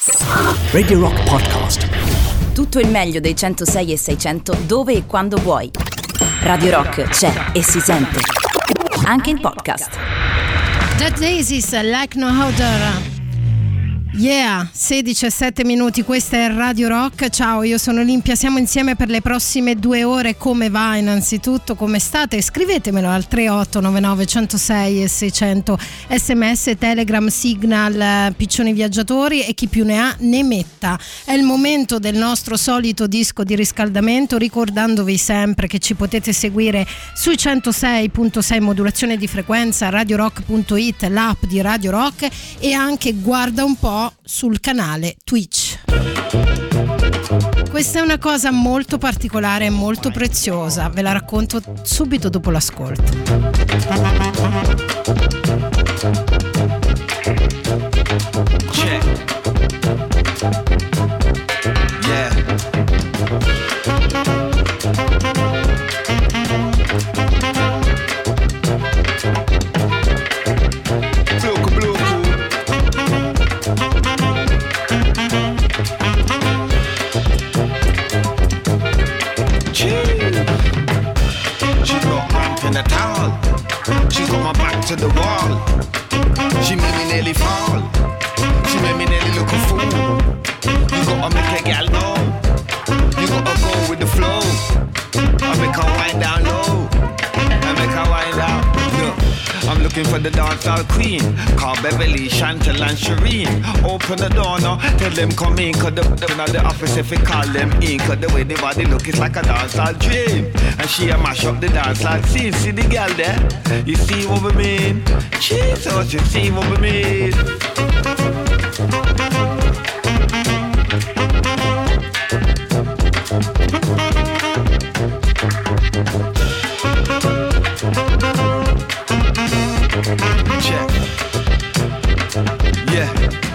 Radio Rock Podcast. Tutto il meglio dei 106 e 600 dove e quando vuoi. Radio Rock c'è e si sente anche in podcast. Dead Daisies, Like No Other. Yeah, 16 e 7 minuti, questa è Radio Rock. Ciao, io sono Olimpia, siamo insieme per le prossime 2 ore. Come va innanzitutto? Come state? Scrivetemelo al 3899 106 e 600, sms, telegram, signal, piccioni viaggiatori e chi più ne ha ne metta. È il momento del nostro solito disco di riscaldamento, ricordandovi sempre che ci potete seguire sui 106.6 modulazione di frequenza, radiorock.it, l'app di Radio Rock, e anche guarda un po' sul canale Twitch. Questa è una cosa molto particolare e molto preziosa, ve la racconto subito dopo l'ascolto. To the wall, she made me nearly fall. She made me nearly look a fool. You gotta make a gal know. You gotta go with the flow. I make her wind down low. I make her wind down. Look, I'm looking for the dancehall queen, called Beverly, Chantal and Shireen. Open the door now, tell them come in, cause the office if we call them in, cause the way the body look is like a dancehall dream. And she a mash up the dancehall scene. See the girl there? You see what we mean? Jesus, you see what we mean? Check. Yeah.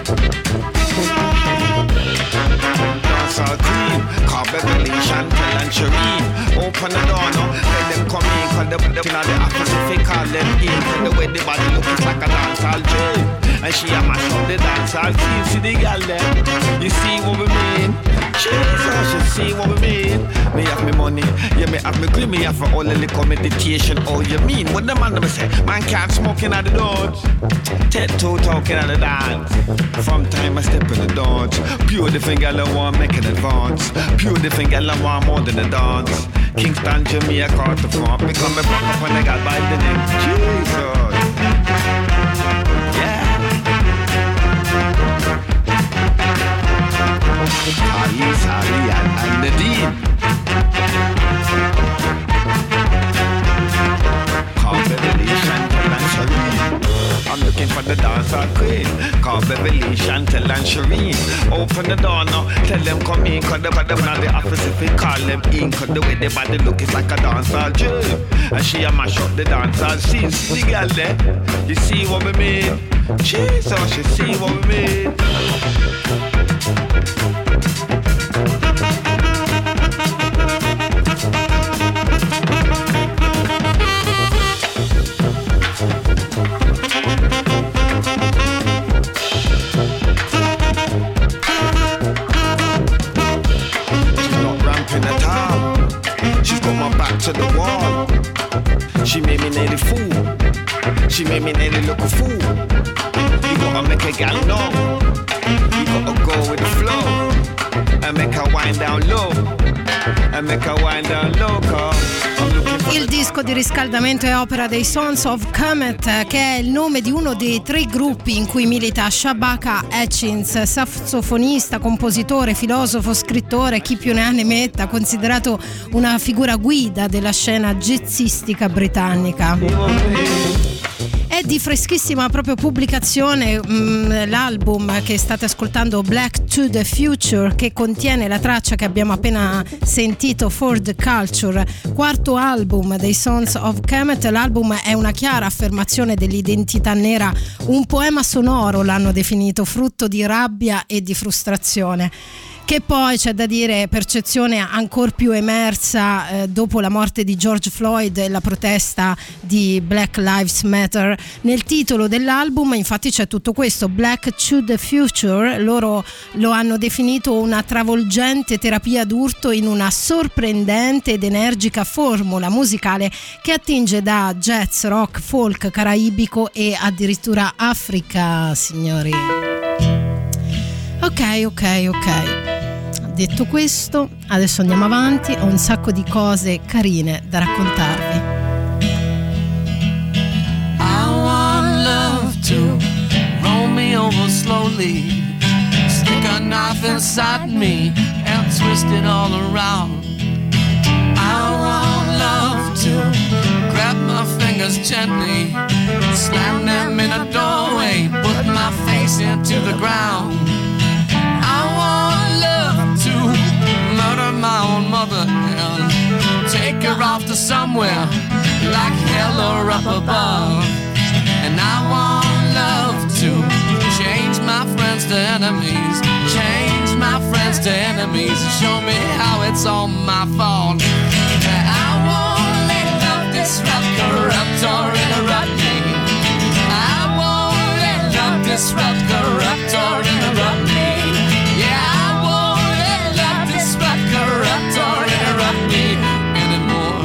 Dancehall queen, call Beverly, Chantal and Shireen. Open the door now, let them come in, cause the office if they call them in, cause the way the body look is like a dancehall dream. And she a mash up the dancehall scene. See the girl there? You see what we mean? Jesus, you see what we mean? Me have me money, yeah, me have me green, me have for all the liquor meditation. Oh, you mean? What the man never say? Man can't smoke in at the dodge. Tattoo talking at the dance. From time I step in the dodge. Pure the finger I want make an advance. Pure the finger I want more than a dance. Kingston, Jamaica, the front. Become a rock up when I got by the name Jesus. Ali, Sally, and Nadine. Call Beverly, Chantal and Shireen. I'm looking for the dancehall queen. Call Beverly, Chantal and Shireen. Open the door now, tell them come in, cause the body on the office if we call them in, cause the way the body look is like a dancehall dream. And she a mash up the dancehall scene. See the girl there? You see what we mean? Jesus, you see what we mean? To the wall. She made me nearly fool. She made me nearly look a fool. You gotta make a gal know. You gotta go with the flow. And make her wind down low. And make her wind down low, Il disco di riscaldamento è opera dei Sons of Kemet, che è il nome di uno dei 3 gruppi in cui milita Shabaka Hutchins, sassofonista, compositore, filosofo, scrittore, chi più ne ha ne metta, considerato una figura guida della scena jazzistica britannica. È di freschissima proprio pubblicazione l'album che state ascoltando, Black to the Future, che contiene la traccia che abbiamo appena sentito, For the Culture, quarto album dei Sons of Kemet. L'album è una chiara affermazione dell'identità nera, un poema sonoro l'hanno definito, frutto di rabbia e di frustrazione. che poi c'è da dire percezione ancor più emersa dopo la morte di George Floyd e la protesta di Black Lives Matter. Nel titolo dell'album infatti c'è tutto questo, Black to the Future. Loro lo hanno definito una travolgente terapia d'urto in una sorprendente ed energica formula musicale che attinge da jazz, rock, folk, caraibico e addirittura Africa, signori. Ok. Detto questo, adesso andiamo avanti, ho un sacco di cose carine da raccontarvi. I want love to roll me over slowly, stick a knife inside me and twist it all around. I want love to grab my fingers gently, slam them in a doorway, put my face into the ground. I want love to murder my own mother and take her off to somewhere like hell or up above. And I want love to change my friends to enemies, change my friends to enemies, and show me how it's all my fault. I won't let love disrupt, corrupt, or interrupt me. I won't let love disrupt, corrupt, or interrupt me. Yeah, I won't let love disrupt, corrupt, or interrupt me anymore.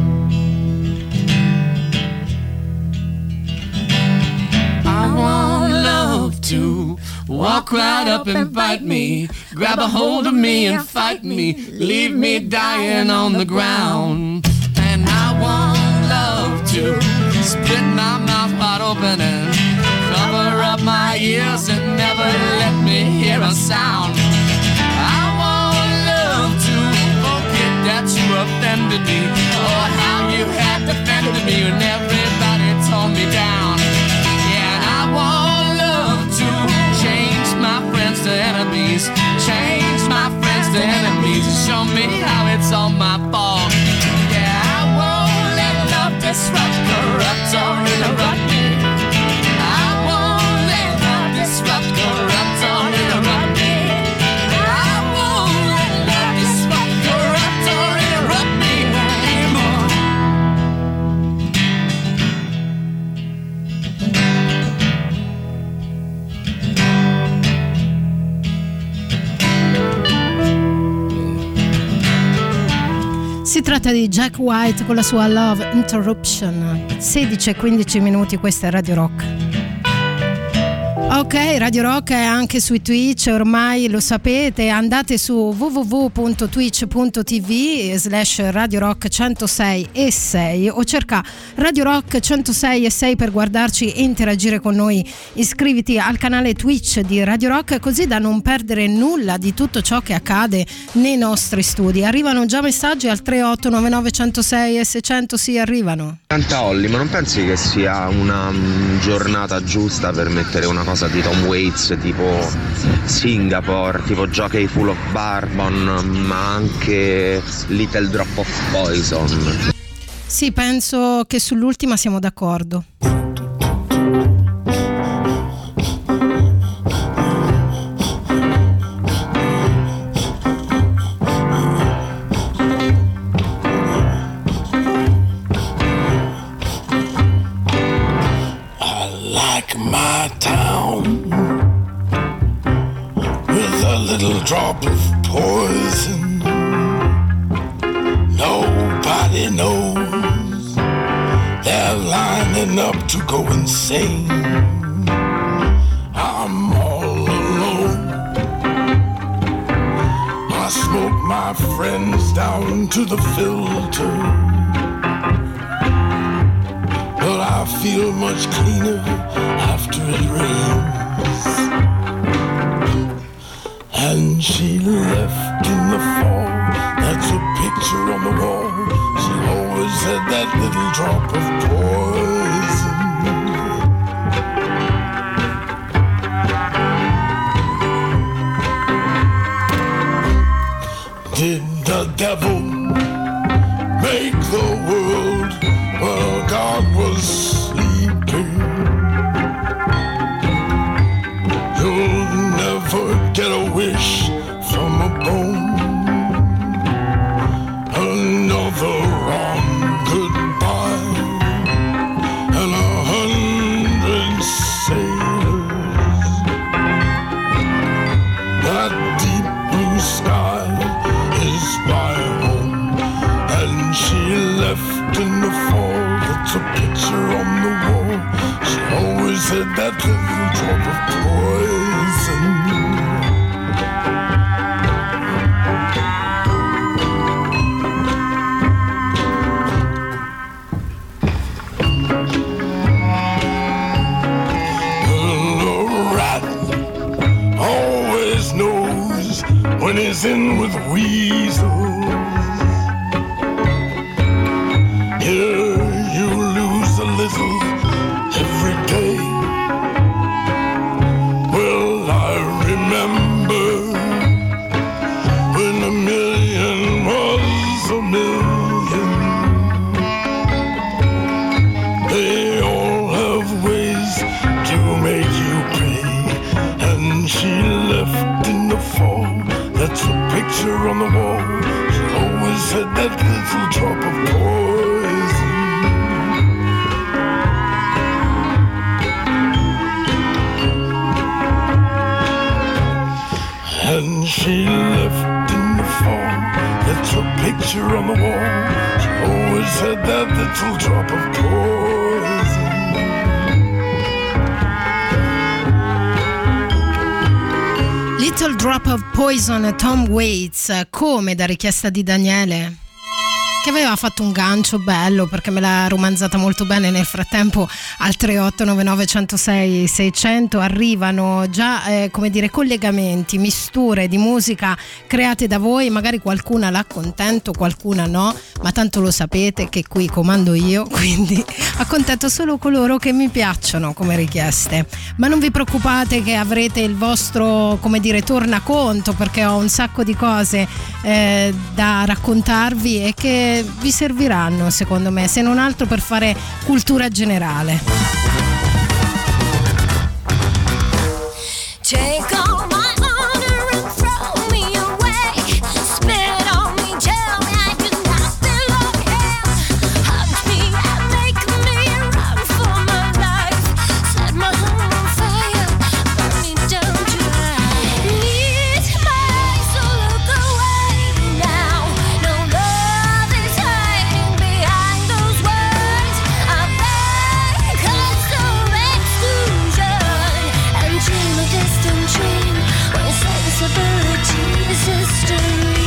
I want love to walk right up and bite me, grab a hold of me and fight me, leave me dying on the ground. And I want love to split my mouth wide open and cover up my ears and never let me hear a sound. I want love to forget that you offended me, or how you had defended me when everybody tore me down. Yeah, and I want love to change my friends to enemies, change my friends to enemies, and show me how it's all my fault. Yeah, I won't let love disrupt, corrupt, or interrupt me. I won't let love disrupt, corrupt, or interrupt me. I won't let love disrupt, corrupt, or interrupt me anymore. Si tratta di Jack White con la sua Love Interruption. 16 e 15 minuti, questa è Radio Rock. Ok, Radio Rock è anche su Twitch, ormai lo sapete, andate su www.twitch.tv/Radio Rock 106 e 6 o cerca Radio Rock 106 e 6 per guardarci e interagire con noi. Iscriviti al canale Twitch di Radio Rock così da non perdere nulla di tutto ciò che accade nei nostri studi. Arrivano già messaggi al 3899 106 e 600, sì, arrivano. Tanta Olli, ma non pensi che sia una giornata giusta per mettere una cosa di Tom Waits tipo Singapore, tipo Jockey Full of Bourbon, ma anche Little Drop of Poison? Sì, penso che sull'ultima siamo d'accordo. My town with a little drop of poison. Nobody knows. They're lining up to go insane. I'm all alone. I smoke my friends down to the filter. But I feel much cleaner after it rains. And she left in the fall. That's a picture on the wall. She always had that little drop of poison. Did the devil make the world while God was sleeping? You'll never get a wish from a that deep blue sky is my home. And she left in the fall, that's a picture on the wall. She always had that little drop of poison. When he's in with weasels, here you lose a little every day. Well, I remember when a million was a million. They all have ways to make you pay, and she left in the fall. That's a picture on the wall. She always had that little drop of poison. And she left in the fall. That's a picture on the wall. She always had that little drop of poison. Little Drop of Poison, Tom Waits, come da richiesta di Daniele, che aveva fatto un gancio bello perché me l'ha romanzata molto bene. Nel frattempo al 3899 106 600 arrivano già collegamenti, misture di musica create da voi. Magari qualcuna l'accontento, qualcuna no, ma tanto lo sapete che qui comando io, quindi accontento solo coloro che mi piacciono come richieste. Ma non vi preoccupate che avrete il vostro, tornaconto, perché ho un sacco di cose da raccontarvi e che vi serviranno, secondo me, se non altro per fare cultura generale. Take all my honor and throw me away. Spit on me, tell me I do not belong here. Hug me and make me run for my life. Set my home on fire, burn me down dry. Meet my eyes, so look away now. No love is hiding behind those words. I beg us of exclusion and dream a distant dream where sensibility is history.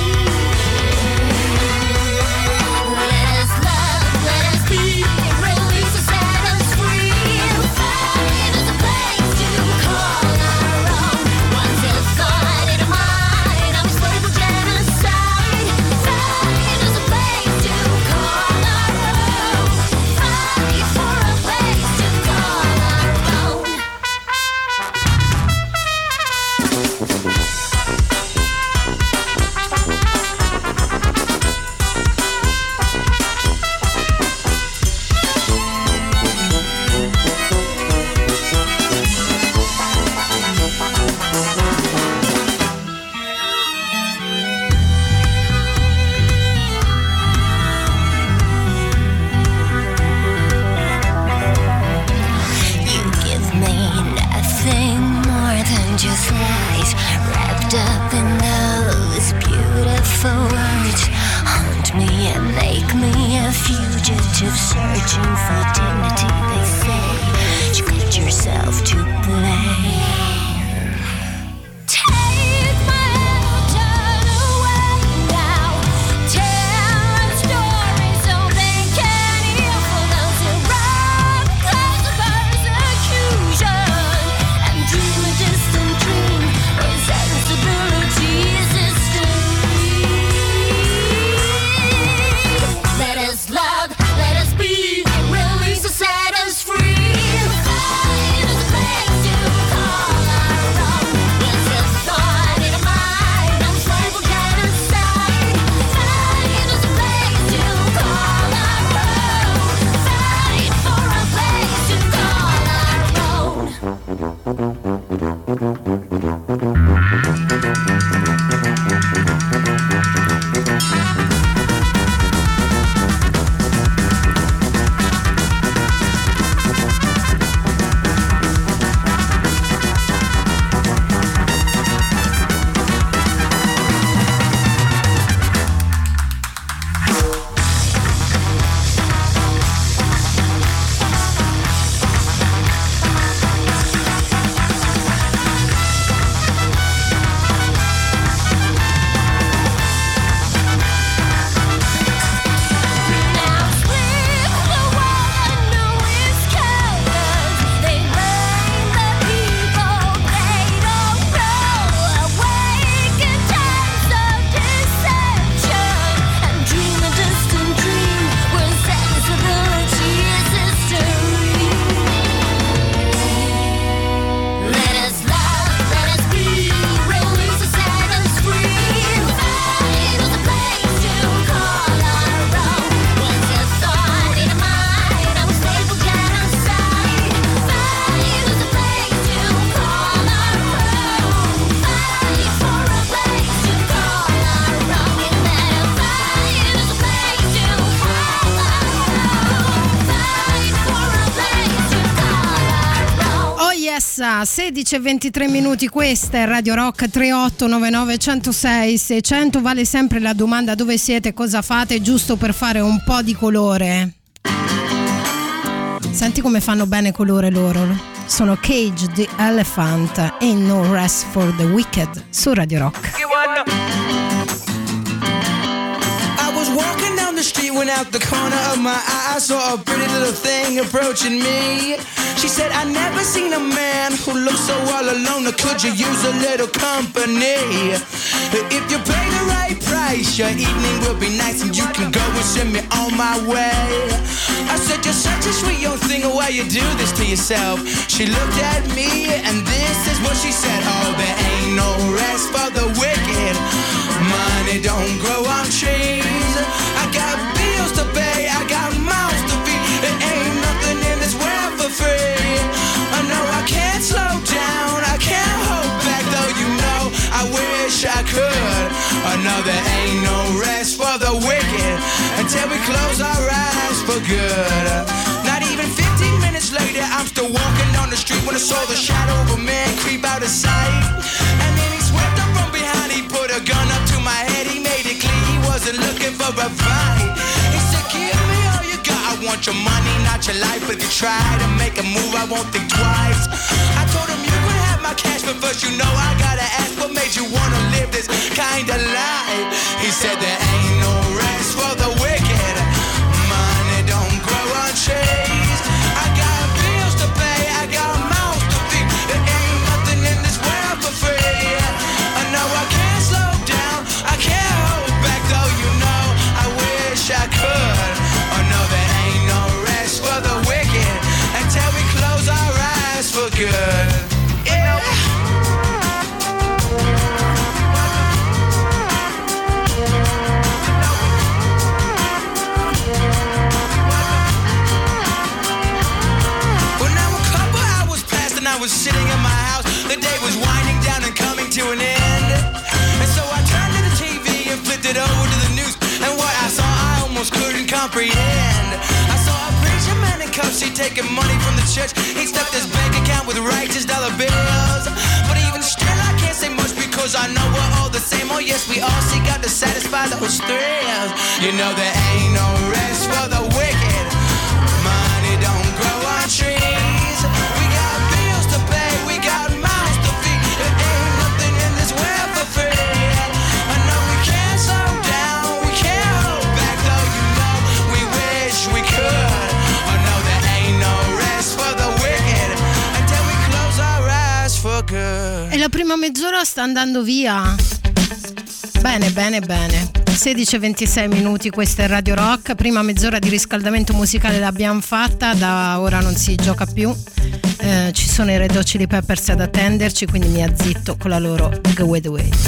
Let us love, let us be, release us, set us free. Find us a place to call our own. Once divided mind, I'm political genocide. Find us a place to call our own. Fight for a place to call our own. You give me nothing more than just lies, wrapped up in those beautiful words. Haunt me and make me a fugitive, searching for dignity. They say you got yourself to blame. Take my hand, turn away now. Tell a story so they can heal for those who rob, cause of persecution, and dream a distant dream where sensibility is history. Let us love, let us be, release us, set us free. Find us a place to call passa 16:23, questa è Radio Rock. 3899 106 600. Vale sempre la domanda: dove siete, cosa fate, giusto per fare un po' di colore. Senti come fanno bene colore loro. Sono Cage the Elephant, Ain't No Rest for the Wicked, su Radio Rock. I was walking down the street when out the corner of my eye I saw a pretty little thing approaching me. She said, I never seen a man who looks so all alone. Could you use a little company? If you pay the right price, your evening will be nice and you can go and send me on my way. I said, you're such a sweet young thing, why you do this to yourself? She looked at me and this is what she said. Oh, there ain't no rest for the wicked. Money don't grow on trees. I got bills to pay, I got mouths to feed. There ain't nothing in this world for free. I know I can't slow down, I can't hold back, though you know I wish I could. I know there ain't no rest for the wicked until we close our eyes for good. Not even 15 minutes later, I'm still walking down the street when I saw the shadow of a man creep out of sight. And then he swept up from behind, he put a gun up to my head, he made it clear he wasn't looking for a fight. He said, give me all you got, I want your money, not your life. But if you try to make a move, I won't think twice. I told him you could have my cash, but first you know I gotta ask, what made you wanna live this kind of life? He said there ain't no rest for the wicked. Money don't grow on trees. I got bills to pay, I got mouths to feed. There ain't nothing in this world for free. I know I can't slow down, I can't hold back, though you know I wish I could. Oh no, there ain't no rest for the wicked until we close our eyes for good. Yeah. Well, now a couple hours passed and I was sitting in my house. The day was winding down and coming to an end. And so I turned to the TV and flipped it over to the news. And what I saw I almost couldn't comprehend. I saw a preacher man in cuffs, he taking money from the church. He stuffed his bank account with righteous dollar bills. But even still I can't say much because I know we're all the same. Oh yes, we all seek out to satisfy those thrills. You know there ain't no rest for the wicked. Money don't grow on trees. We got bills to pay, we got mouths to feed. There ain't nothing in this world for free. I know we can't slow down, we can't hold back, though you know we wish we could. I know there ain't no rest for the wicked until we close our eyes for good. E la prima mezz'ora sta andando via. Bene, bene, bene. 16:26, questa è Radio Rock. Prima mezz'ora di riscaldamento musicale l'abbiamo fatta, da ora non si gioca più. Ci sono i Red Hot Chili Peppers ad attenderci, quindi mi azzitto con la loro Go Away the Way.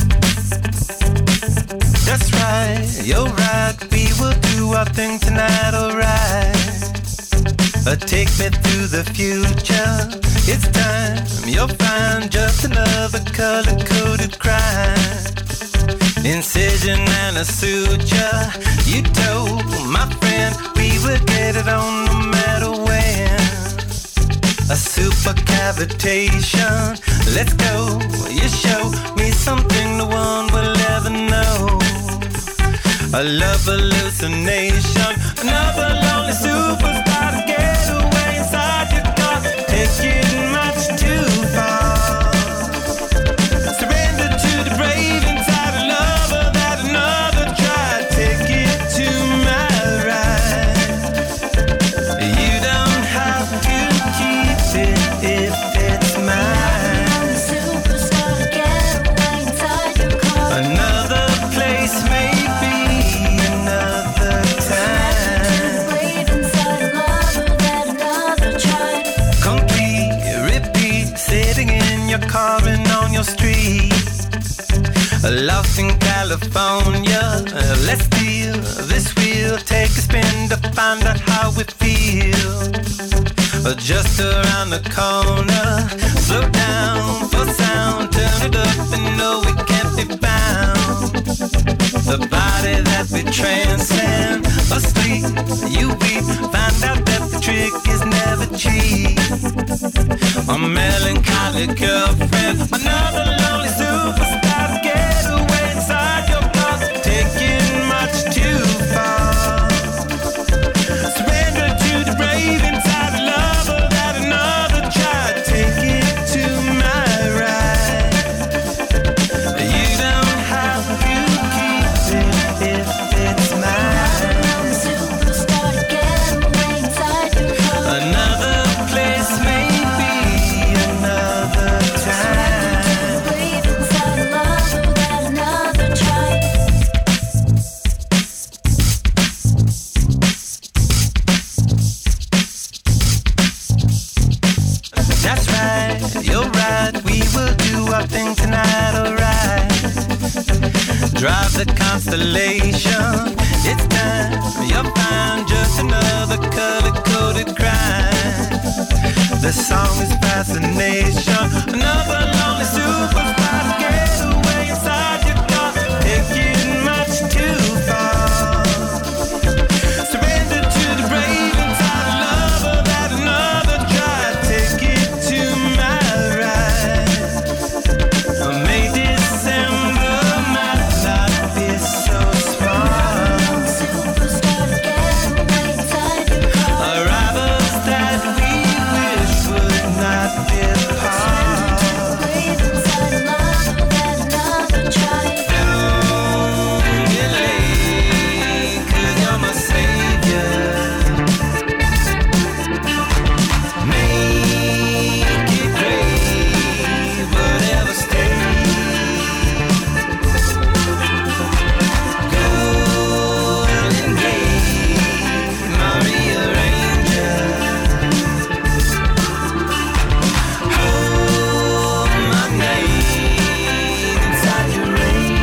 That's right, you're right, we will do our thing tonight, alright. Take me through the future, it's time, you'll find just another color-coded crime. Incision and a suture, you told my friend we would get it on no matter when. A super cavitation, let's go, you show me something no one will ever know. A love hallucination, another lonely superstar to get away inside your car, take it much too far. Surrender to the brave inside a lover that another tried, take it to my ride. You don't have to keep it if it's mine. Superstar to get away inside your car. Another place, maybe another time. Wait inside a lover that another tried. Complete, repeat, sitting in your car and on your street. Lost in California, let's steal this wheel, take a spin to find out how we feel. Just around the corner, slow down for sound, turn it up and know we can't be bound. The body that we transcend, asleep, you weep, find out that the trick is never cheap. a melancholy girlfriend, another lonely superstar to get away inside your thoughts, taking much too far. Surrender to the brave inside the lover that another tried. Take it to my right. You don't have to keep it if it's mine. Another place, maybe another time. That's right, you're right. We will do our thing tonight, alright. Drive the constellation. It's time, you'll find just another color-coded crime. The song is fascination. Another lonely superstar to get away inside your car, taking much too far. Surrender to the brave inside a lover that another tried. Take it to my right. May December might not be so smart. Arrivals that we wish would not depart. Don't get late, 'cause you're my savior. Make it brave, whatever state. Golden Gate, Maria Ranger. Hold my name inside your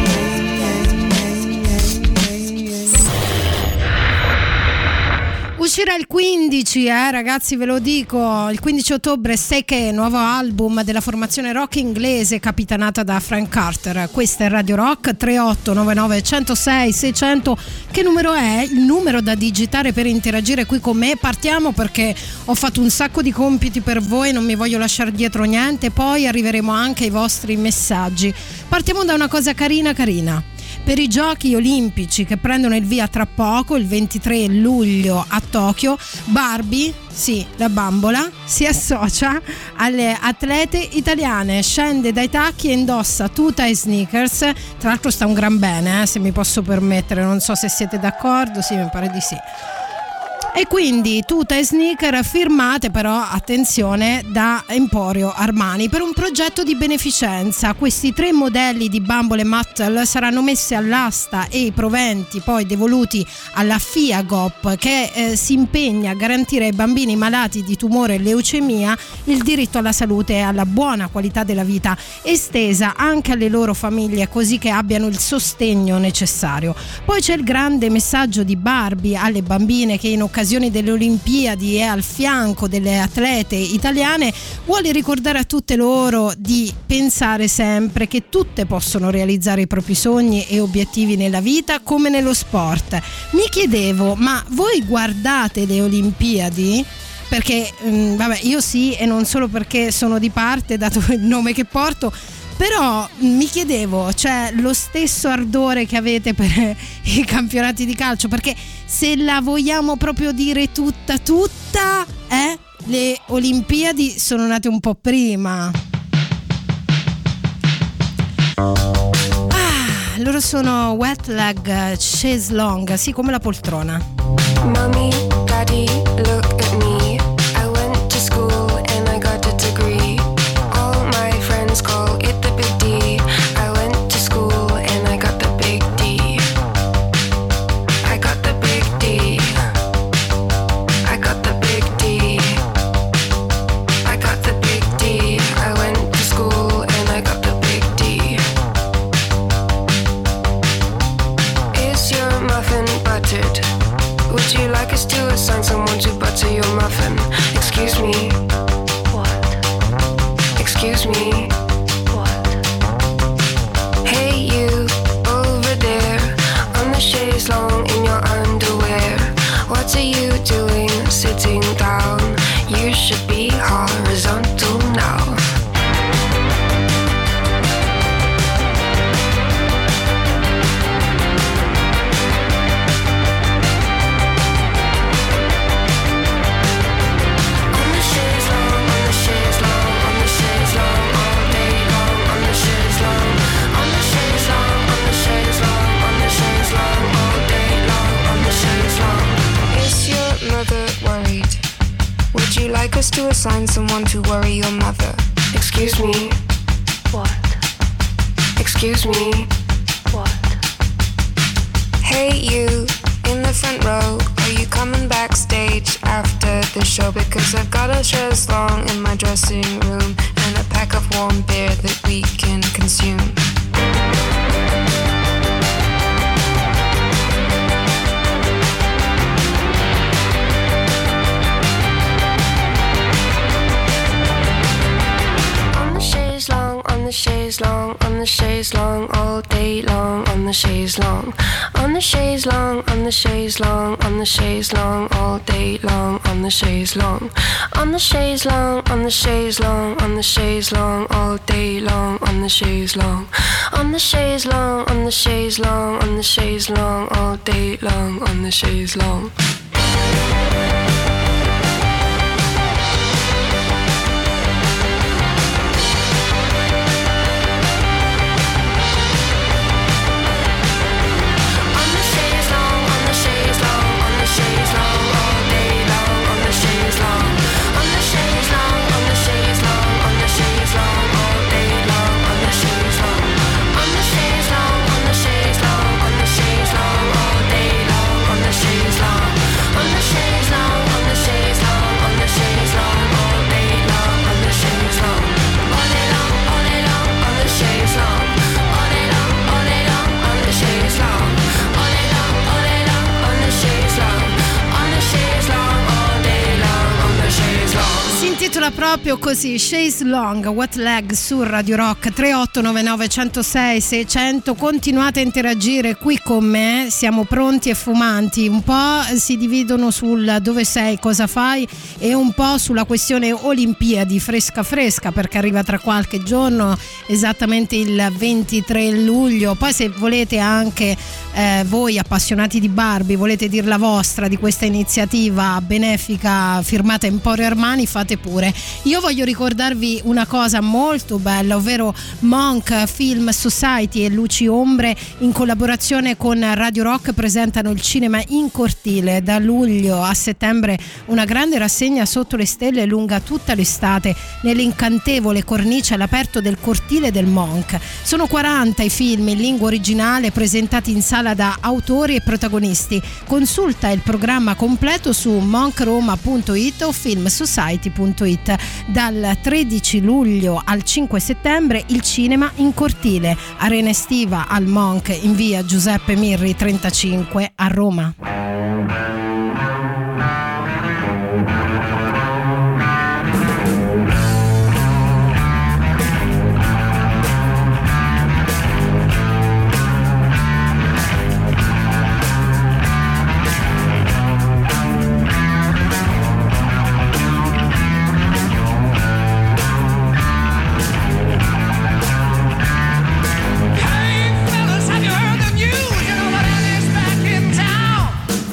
Uscirà il 15, ragazzi, ve lo dico, il 15 ottobre Seke, nuovo album della formazione rock inglese capitanata da Frank Carter. Questa è Radio Rock. 3899 106 600, che numero è? Il numero da digitare per interagire qui con me. Partiamo perché ho fatto un sacco di compiti per voi, non mi voglio lasciare dietro niente, poi arriveremo anche ai vostri messaggi. Partiamo da una cosa carina. Per i giochi olimpici che prendono il via tra poco, il 23 luglio a Tokyo, Barbie, sì, la bambola, si associa alle atlete italiane, scende dai tacchi e indossa tuta e sneakers. Tra l'altro sta un gran bene, se mi posso permettere, non so se siete d'accordo, sì, mi pare di sì. E quindi tuta e sneaker firmate, però attenzione, da Emporio Armani per un progetto di beneficenza. Questi 3 modelli di bambole Mattel saranno messi all'asta e i proventi poi devoluti alla FIAGOP, che si impegna a garantire ai bambini malati di tumore e leucemia il diritto alla salute e alla buona qualità della vita, estesa anche alle loro famiglie, così che abbiano il sostegno necessario. Poi c'è il grande messaggio di Barbie alle bambine, che in occasione delle Olimpiadi è al fianco delle atlete italiane, vuole ricordare a tutte loro di pensare sempre che tutte possono realizzare i propri sogni e obiettivi nella vita come nello sport. Mi chiedevo, ma voi guardate le Olimpiadi? Perché vabbè, io sì, e non solo perché sono di parte, dato il nome che porto, però mi chiedevo, c'è lo stesso ardore che avete per i campionati di calcio? Perché se la vogliamo proprio dire tutta, le Olimpiadi sono nate un po' prima. Loro sono Wet Leg Chaise Longue, sì, come la poltrona. Mommy, Daddy, look at me. I went to school and I got a degree. All my friends call it the big D. I went to school and I got the big D. I got the big D. I got the big D. I got the big D. I went to school and I got the big D. Is your muffin buttered? Would you like us to assign someone to butter your muffin? Excuse me. What? Excuse me. What? Hey you, over there, on the chaise longue in your underwear. What are you doing sitting down? You should be horizontal now. assign someone to worry your mother. Excuse me. What? Excuse me. What? Hey you, in the front row, are you coming backstage after the show? Because I've got a chaise longue in my dressing room and a pack of warm beer that we can consume. On the chaise longue, on the chaise longue, all day long, on the chaise longue, on the chaise longue, on the chaise longue, on the chaise longue, all day long, on the chaise longue, on the chaise longue, on the chaise longue, on the chaise longue, all day long, on the chaise longue, on the chaise longue, on the chaise longue, on the chaise longue, all day long, on the chaise longue. Intitola proprio così, Chaise Longue, What Leg, su Radio Rock. 3899 106 600. Continuate a interagire qui con me, siamo pronti e fumanti. Un po' si dividono sul dove sei, cosa fai, e un po' sulla questione Olimpiadi fresca fresca, perché arriva tra qualche giorno, esattamente il 23 luglio. Poi se volete anche voi appassionati di Barbie, volete dir la vostra di questa iniziativa benefica firmata Emporio Armani, fate pure. Io voglio ricordarvi una cosa molto bella, ovvero Monk Film Society e Luci Ombre, in collaborazione con Radio Rock, presentano il cinema in cortile. Da luglio a settembre una grande rassegna sotto le stelle lunga tutta l'estate nell'incantevole cornice all'aperto del cortile del Monk. Sono 40 i film in lingua originale presentati in sala da autori e protagonisti. Consulta il programma completo su monkroma.it o filmsociety.it. Dal 13 luglio al 5 settembre il cinema in cortile, arena estiva al Monk in via Giuseppe Mirri 35 a Roma. Hey fellas, have you heard the news? You know that Annie's back in town.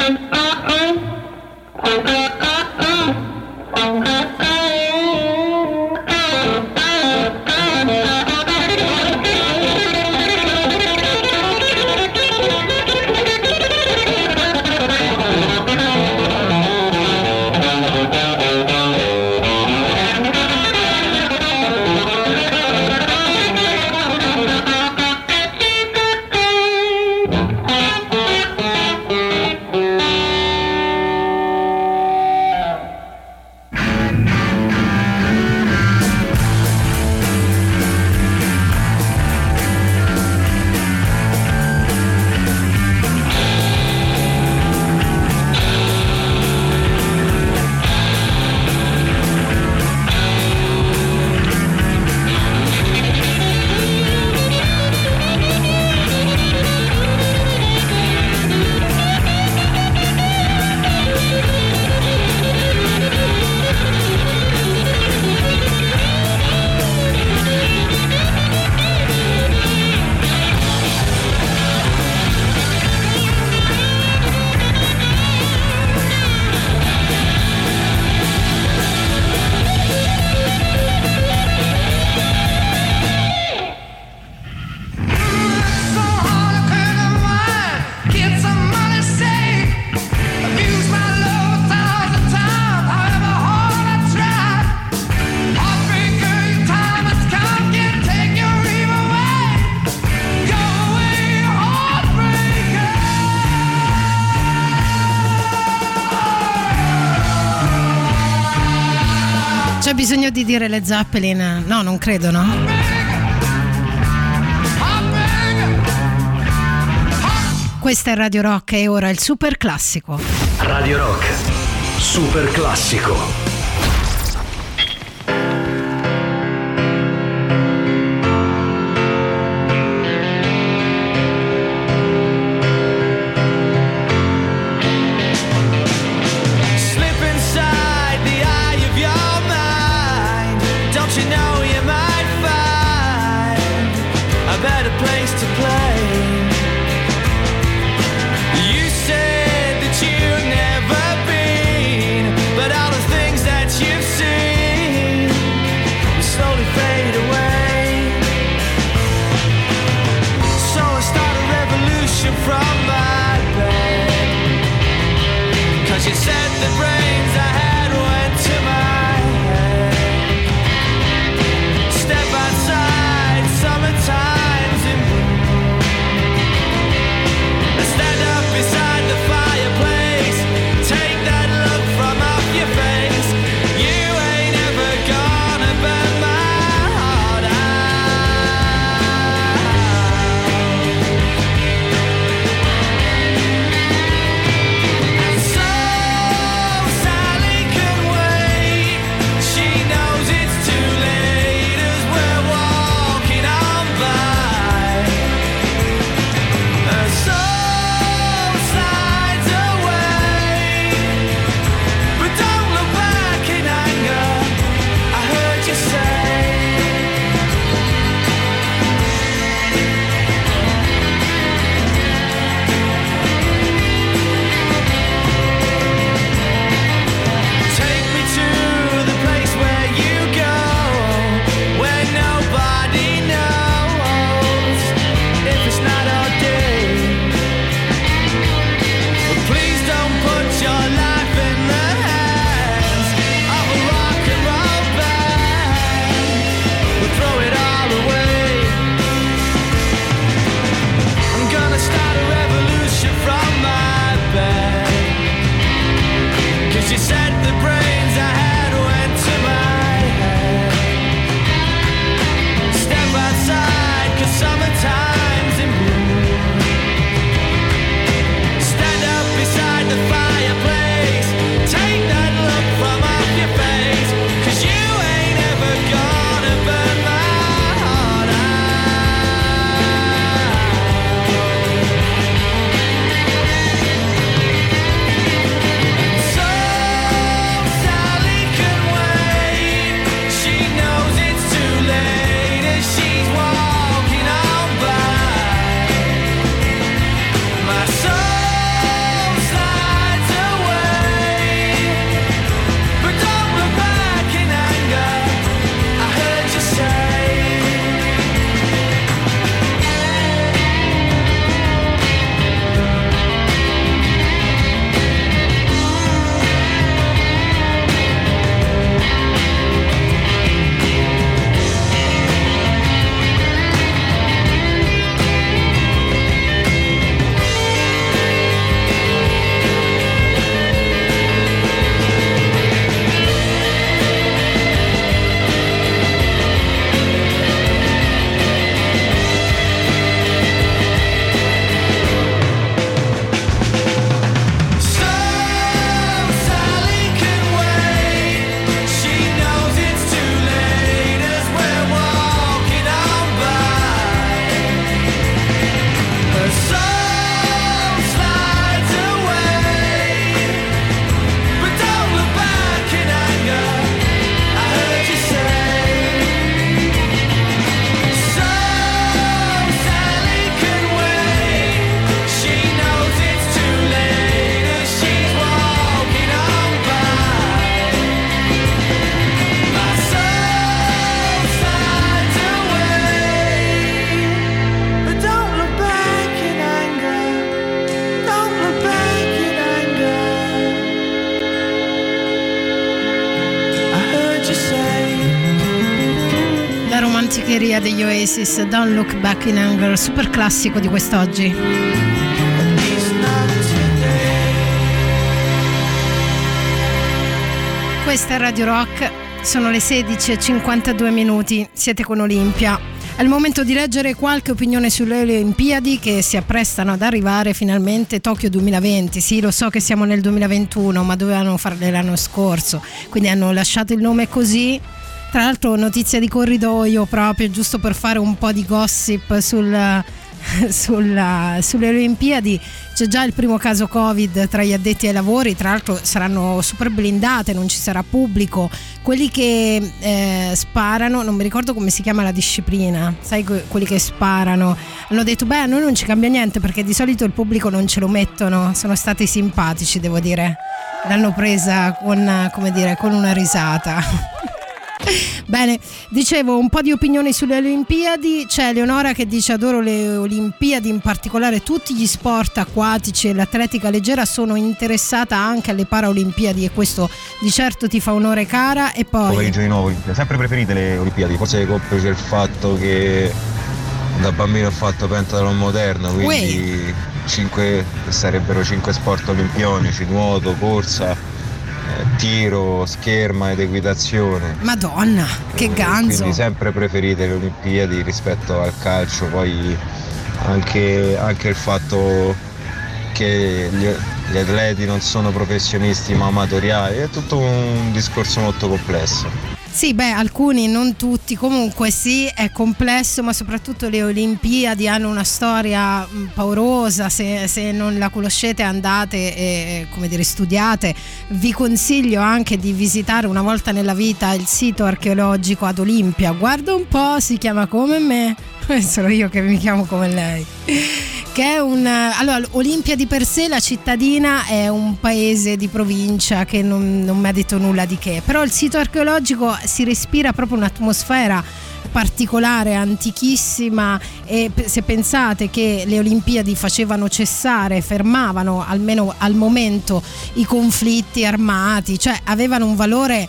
C'è bisogno di dire le Zeppelin? No, non credo, no? Questa è Radio Rock e ora il super classico. Radio Rock, super classico. You said that you've never been, but all the things classicheria degli Oasis, Don't Look Back in Anger, super classico di quest'oggi. Questa è Radio Rock, sono le 16:52, siete con Olimpia. È il momento di leggere qualche opinione sulle Olimpiadi che si apprestano ad arrivare finalmente. Tokyo 2020, sì, lo so che siamo nel 2021, ma dovevano farle l'anno scorso, quindi hanno lasciato il nome così. Tra l'altro notizia di corridoio, proprio giusto per fare un po' di gossip sulle Olimpiadi. C'è già il primo caso Covid tra gli addetti ai lavori, tra l'altro saranno super blindate, non ci sarà pubblico. Quelli che sparano, non mi ricordo come si chiama la disciplina, sai, quelli che sparano, hanno detto beh, a noi non ci cambia niente perché di solito il pubblico non ce lo mettono. Sono stati simpatici, devo dire, l'hanno presa con, come dire, con una risata. Bene, dicevo un po' di opinioni sulle Olimpiadi. C'è Eleonora che dice adoro le Olimpiadi, in particolare tutti gli sport acquatici e l'atletica leggera. Sono interessata anche alle Paraolimpiadi e questo di certo ti fa onore, cara. E poi pomeriggio di nuovo, sempre preferite le Olimpiadi, forse complice il fatto che da bambino ho fatto pentathlon moderno, quindi sarebbero 5 sport olimpionici: nuoto, corsa, tiro, scherma ed equitazione. Madonna, che ganzo! Quindi sempre preferite le Olimpiadi rispetto al calcio. Poi anche il fatto che gli atleti non sono professionisti ma amatoriali, è tutto un discorso molto complesso. Sì, beh, alcuni, non tutti, comunque sì, è complesso, ma soprattutto le Olimpiadi hanno una storia paurosa. Se non la conoscete andate e, come dire, studiate. Vi consiglio anche di visitare una volta nella vita il sito archeologico ad Olimpia. Guarda un po', si chiama come me, sono io che mi chiamo come lei. Che è allora, Olimpia di per sé, la cittadina, è un paese di provincia che non mi ha detto nulla di che, però il sito archeologico si respira proprio un'atmosfera particolare, antichissima. E se pensate che le Olimpiadi fermavano almeno al momento i conflitti armati, cioè avevano un valore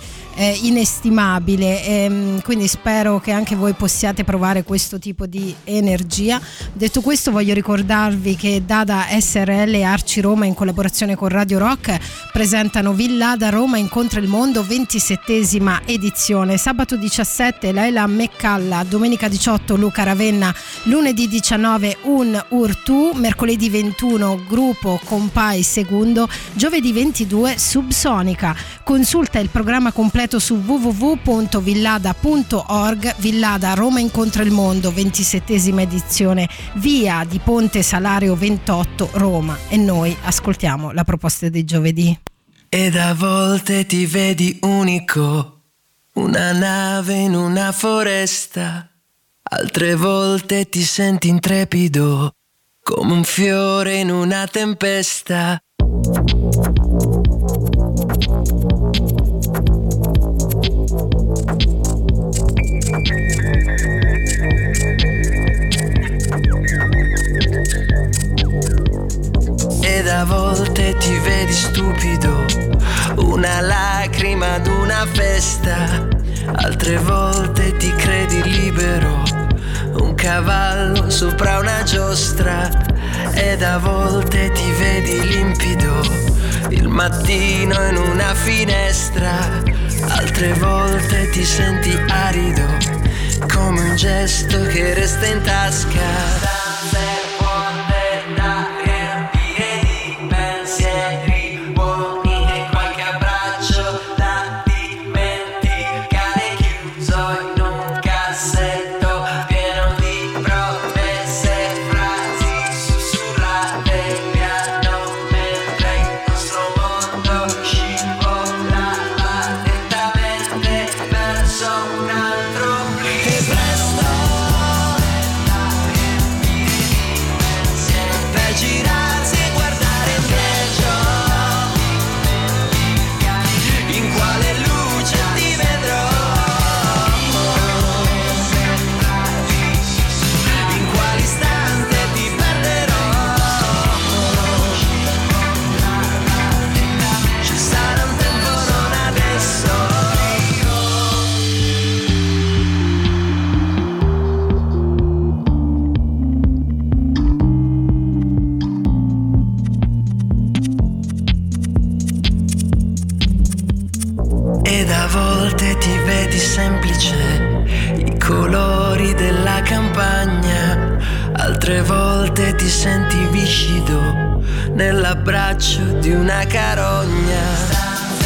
inestimabile, quindi spero che anche voi possiate provare questo tipo di energia. Detto questo, voglio ricordarvi che Dada SRL e Arci Roma, in collaborazione con Radio Rock, presentano Villada Roma incontra il mondo, 27ª edizione. Sabato 17 Laila Meccalla, domenica 18 Luca Ravenna, lunedì 19 Un Urtu, mercoledì 21 Gruppo Compai Segundo, giovedì 22 Subsonica. Consulta il programma completo su www.villada.org. Villada Roma incontra il mondo, 27ª edizione, via di Ponte Salario 28 Roma. E noi ascoltiamo la proposta di giovedì. Ed a volte ti vedi unico, una nave in una foresta, altre volte ti senti intrepido come un fiore in una tempesta. Ed a volte ti vedi stupido, una lacrima ad una festa, altre volte ti credi libero, un cavallo sopra una giostra. Ed a volte ti vedi limpido, il mattino in una finestra, altre volte ti senti arido, come un gesto che resta in tasca. Un altro volte ti vedi semplice, i colori della campagna, altre volte ti senti viscido nell'abbraccio di una carogna.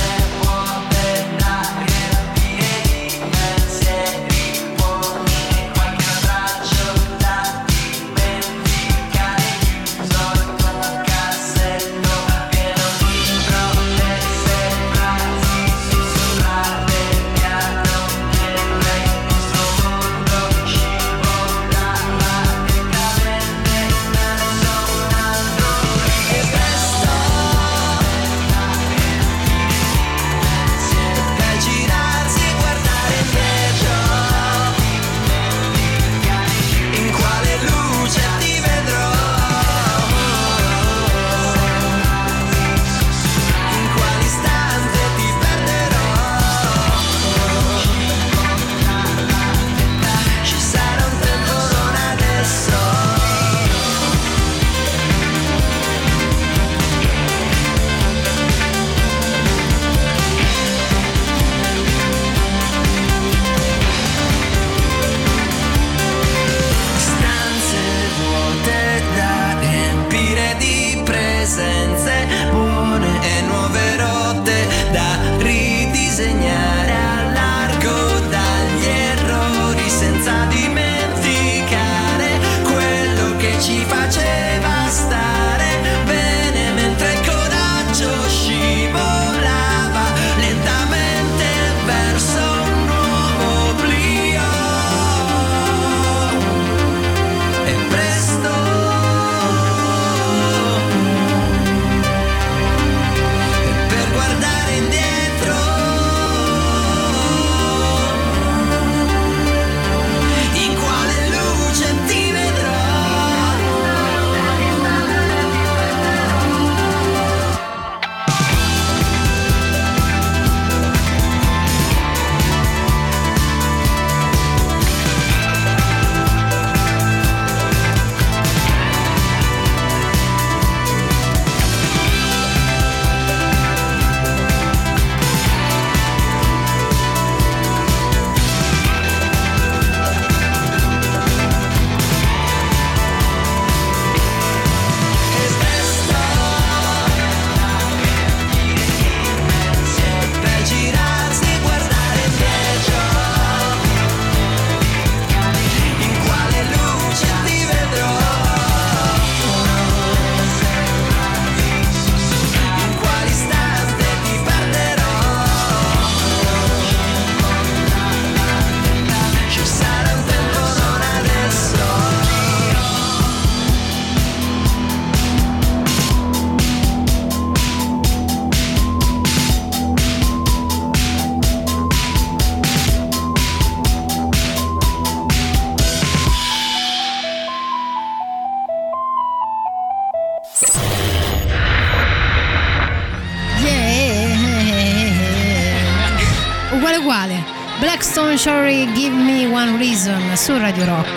Uguale. Blackstone Shorey, Give Me One Reason su Radio Rock.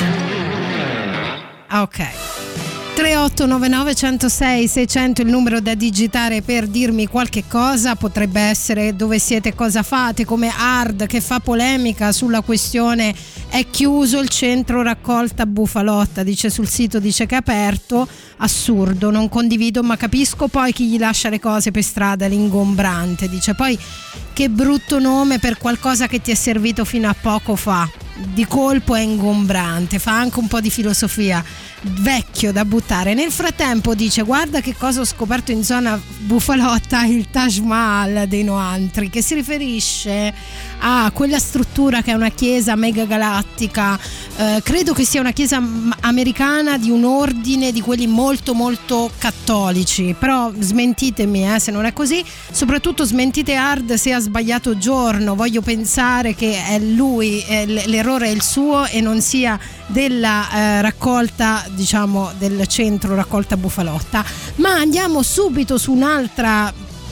Ok. 3899 106 600 il numero da digitare per dirmi qualche cosa. Potrebbe essere dove siete, cosa fate, come Hard che fa polemica sulla questione è chiuso il centro raccolta Bufalotta, dice sul sito, dice che è aperto. Assurdo, non condivido, ma capisco poi chi gli lascia le cose per strada, l'ingombrante, dice. Poi che brutto nome per qualcosa che ti è servito fino a poco fa, di colpo è ingombrante, fa anche un po' di filosofia, vecchio da buttare. Nel frattempo dice: guarda che cosa ho scoperto in zona Bufalotta, il Taj Mahal dei Noantri, che si riferisce a quella struttura che è una chiesa mega galattica, credo che sia una chiesa americana di un ordine di quelli molto molto cattolici, però smentitemi se non è così, soprattutto smentite Hard se ha sbagliato giorno. Voglio pensare che è lui, l'errore è il suo e non sia della raccolta, diciamo del centro raccolta Bufalotta. Ma andiamo subito su un'altra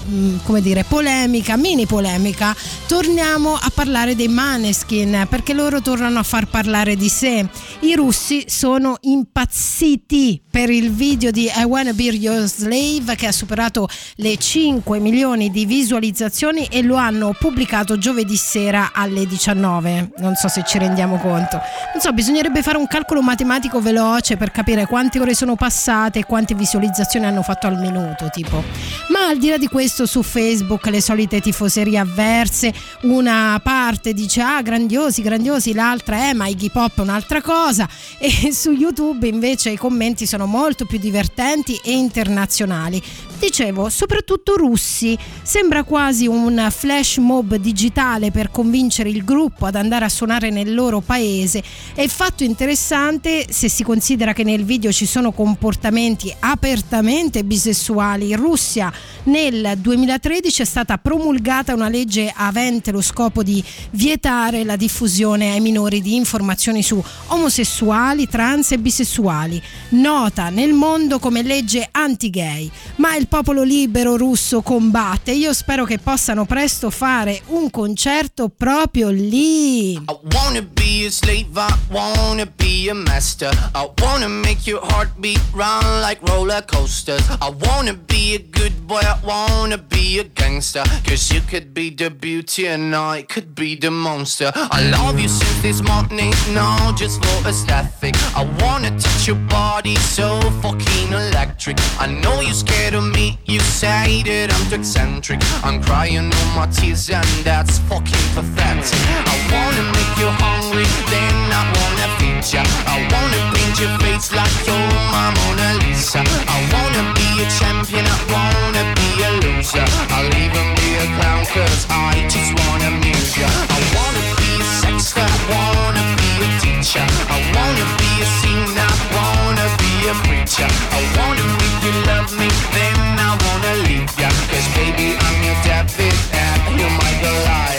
come dire, polemica, mini polemica, torniamo a parlare dei Maneskin, perché loro tornano a far parlare di sé. I russi sono impazziti per il video di I Wanna Be Your Slave, che ha superato le 5 milioni di visualizzazioni, e lo hanno pubblicato giovedì sera alle 19. Non so se ci rendiamo conto, non so, bisognerebbe fare un calcolo matematico veloce per capire quante ore sono passate e quante visualizzazioni hanno fatto al minuto, tipo. Ma al di là di questo, su Facebook le solite tifoserie avverse, una parte dice grandiosi, l'altra ma Iggy Pop è un'altra cosa, e su YouTube invece i commenti sono molto più divertenti e internazionali. Dicevo, soprattutto russi, sembra quasi un flash mob digitale per convincere il gruppo ad andare a suonare nel loro paese. E il fatto interessante, se si considera che nel video ci sono comportamenti apertamente bisessuali. In Russia nel 2013 è stata promulgata una legge avente lo scopo di vietare la diffusione ai minori di informazioni su omosessuali, trans e bisessuali, nota nel mondo come legge anti-gay. Ma il popolo libero russo combatte. Io spero che possano presto fare un concerto proprio lì. I wanna be a slave, I wanna be a master. I wanna make your heartbeat run like roller coasters. I wanna be a good boy, I wanna be a gangster. Cause you could be the beauty and I could be the monster. I love you since this morning, no, just for aesthetic. I wanna touch your body so fucking electric. I know you're scared of me, you say that I'm too eccentric. I'm crying all my tears and that's fucking pathetic. I wanna make you hungry, then I wanna feed ya. I wanna paint your face like you're my Mona Lisa. I wanna be a champion, I wanna be a loser. I'll even be a clown cause I just wanna amuse ya. I wanna be a sexter, I wanna be a teacher. I wanna be a singer, I wanna be a preacher. I wanna make you love me, then I wanna leave ya. Cause baby I'm your David and you're my Goliath.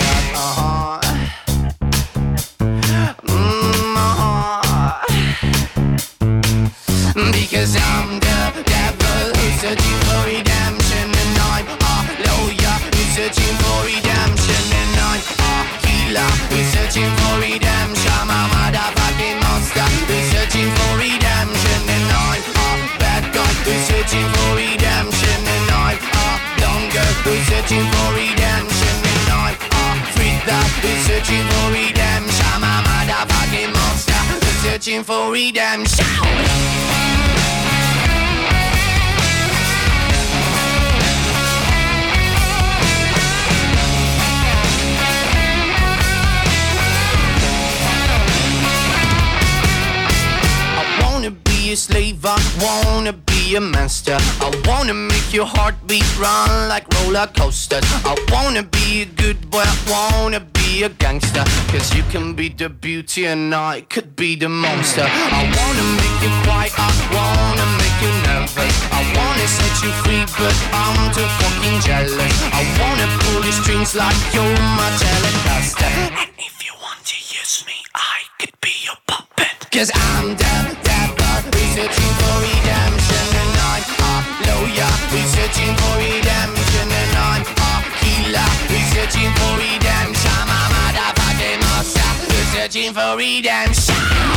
Because I'm the devil who's searching for redemption, and I'm a lawyer who's searching for redemption, and I'm a killer who's searching for redemption. I'm a motherfucking monster who's searching for redemption, and I'm a bad guy who's searching for redemption, and I'm a dumb girl who's searching for redemption, and I'm a freak that who's searching for redemption. I'm a motherfucking monster who's searching for redemption. A slave, I wanna be a master. I wanna make your heartbeat run like roller coasters. I wanna be a good boy, I wanna be a gangster. Cause you can be the beauty and I could be the monster. I wanna make you quiet, I wanna make you nervous. I wanna set you free but I'm too fucking jealous. I wanna pull your strings like you're my Telecaster. And if you want to use me, I could be your puppet. Cause I'm the devil, we're searching for redemption, and I'm a lawyer, we're searching for redemption, and I'm a killer, we're searching for redemption. I'm a motherfucking monster, we're searching for redemption.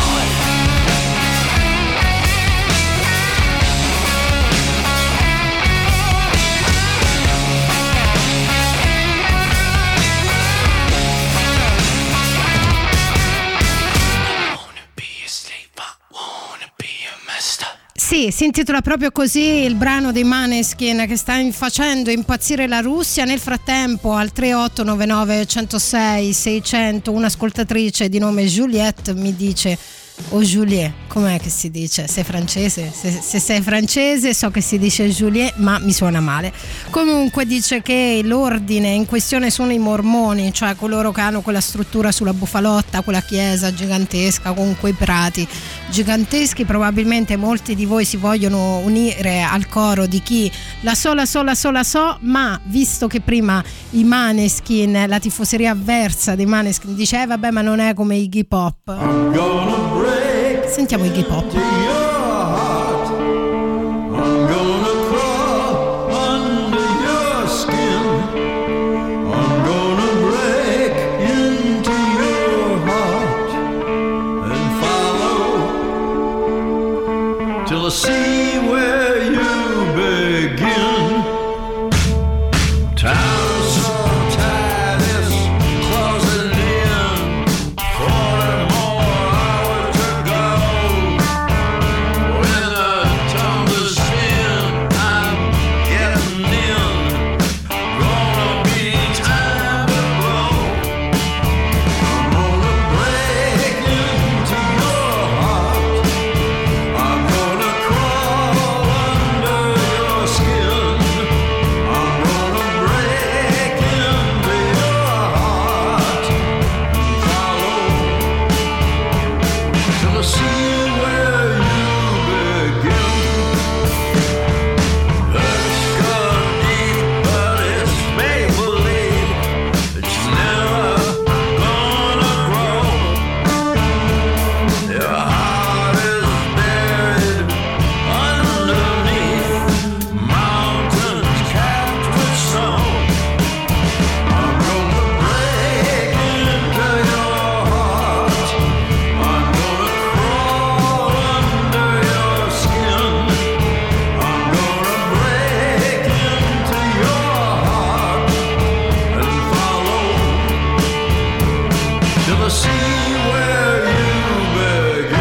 Sì, si intitola proprio così il brano dei Maneskin che sta facendo impazzire la Russia. Nel frattempo al 3899 106 600 un'ascoltatrice di nome Juliette mi dice: o Juliet, com'è che si dice? Sei francese? Se sei francese so che si dice Juliet, ma mi suona male. Comunque dice che l'ordine in questione sono i mormoni, cioè coloro che hanno quella struttura sulla Bufalotta, quella chiesa gigantesca con quei prati giganteschi. Probabilmente molti di voi si vogliono unire al coro di chi la so, ma visto che prima i Maneskin, la tifoseria avversa dei Maneskin dice vabbè, ma non è come Iggy Pop. Sentiamo Iggy Pop. I'm gonna crawl under your skin. see where you begin. Time so tight, it's closing in. 40 more hours to go. When the tongue is thin, I'm getting in. Gonna be time to grow. I'm gonna break into your heart. I'm gonna crawl under your skin. I'm gonna break into your heart. Follow till I see where you begin. Let's go deep, but it's make-believe. It's never gonna grow. Your heart is buried underneath mountains capped with snow. I'm gonna break into your heart. I'm gonna crawl under your skin. I'm gonna break into your heart and follow till I see where you begin.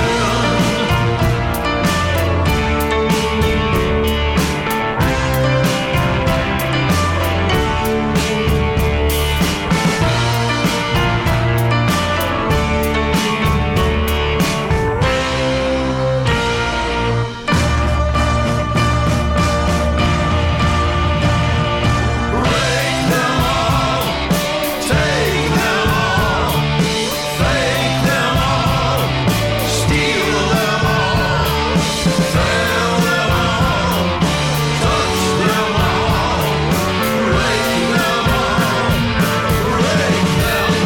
Break them all, take them all, fake them all, steal them all, fail them all, touch them all, break them all, break them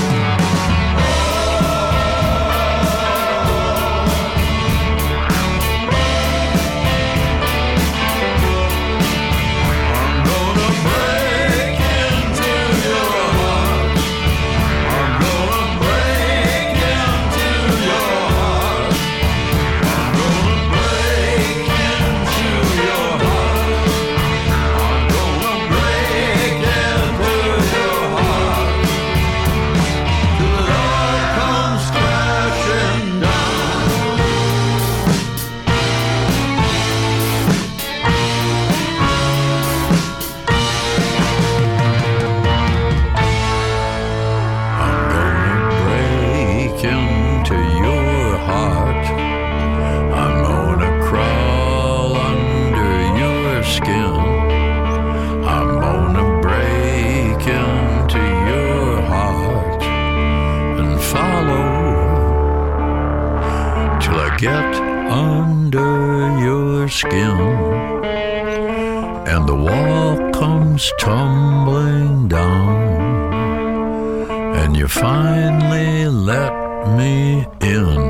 I'm gonna break into your heart. I'm gonna break into your heart. I'm gonna break into your heart. I'm gonna break into your heart till it all comes crashing down. I'm gonna break into your heart. I'm gonna crawl under your skin. I'm gonna break into your heart and follow till I get under your skin. And the wall comes tumbling down. And you finally let me in.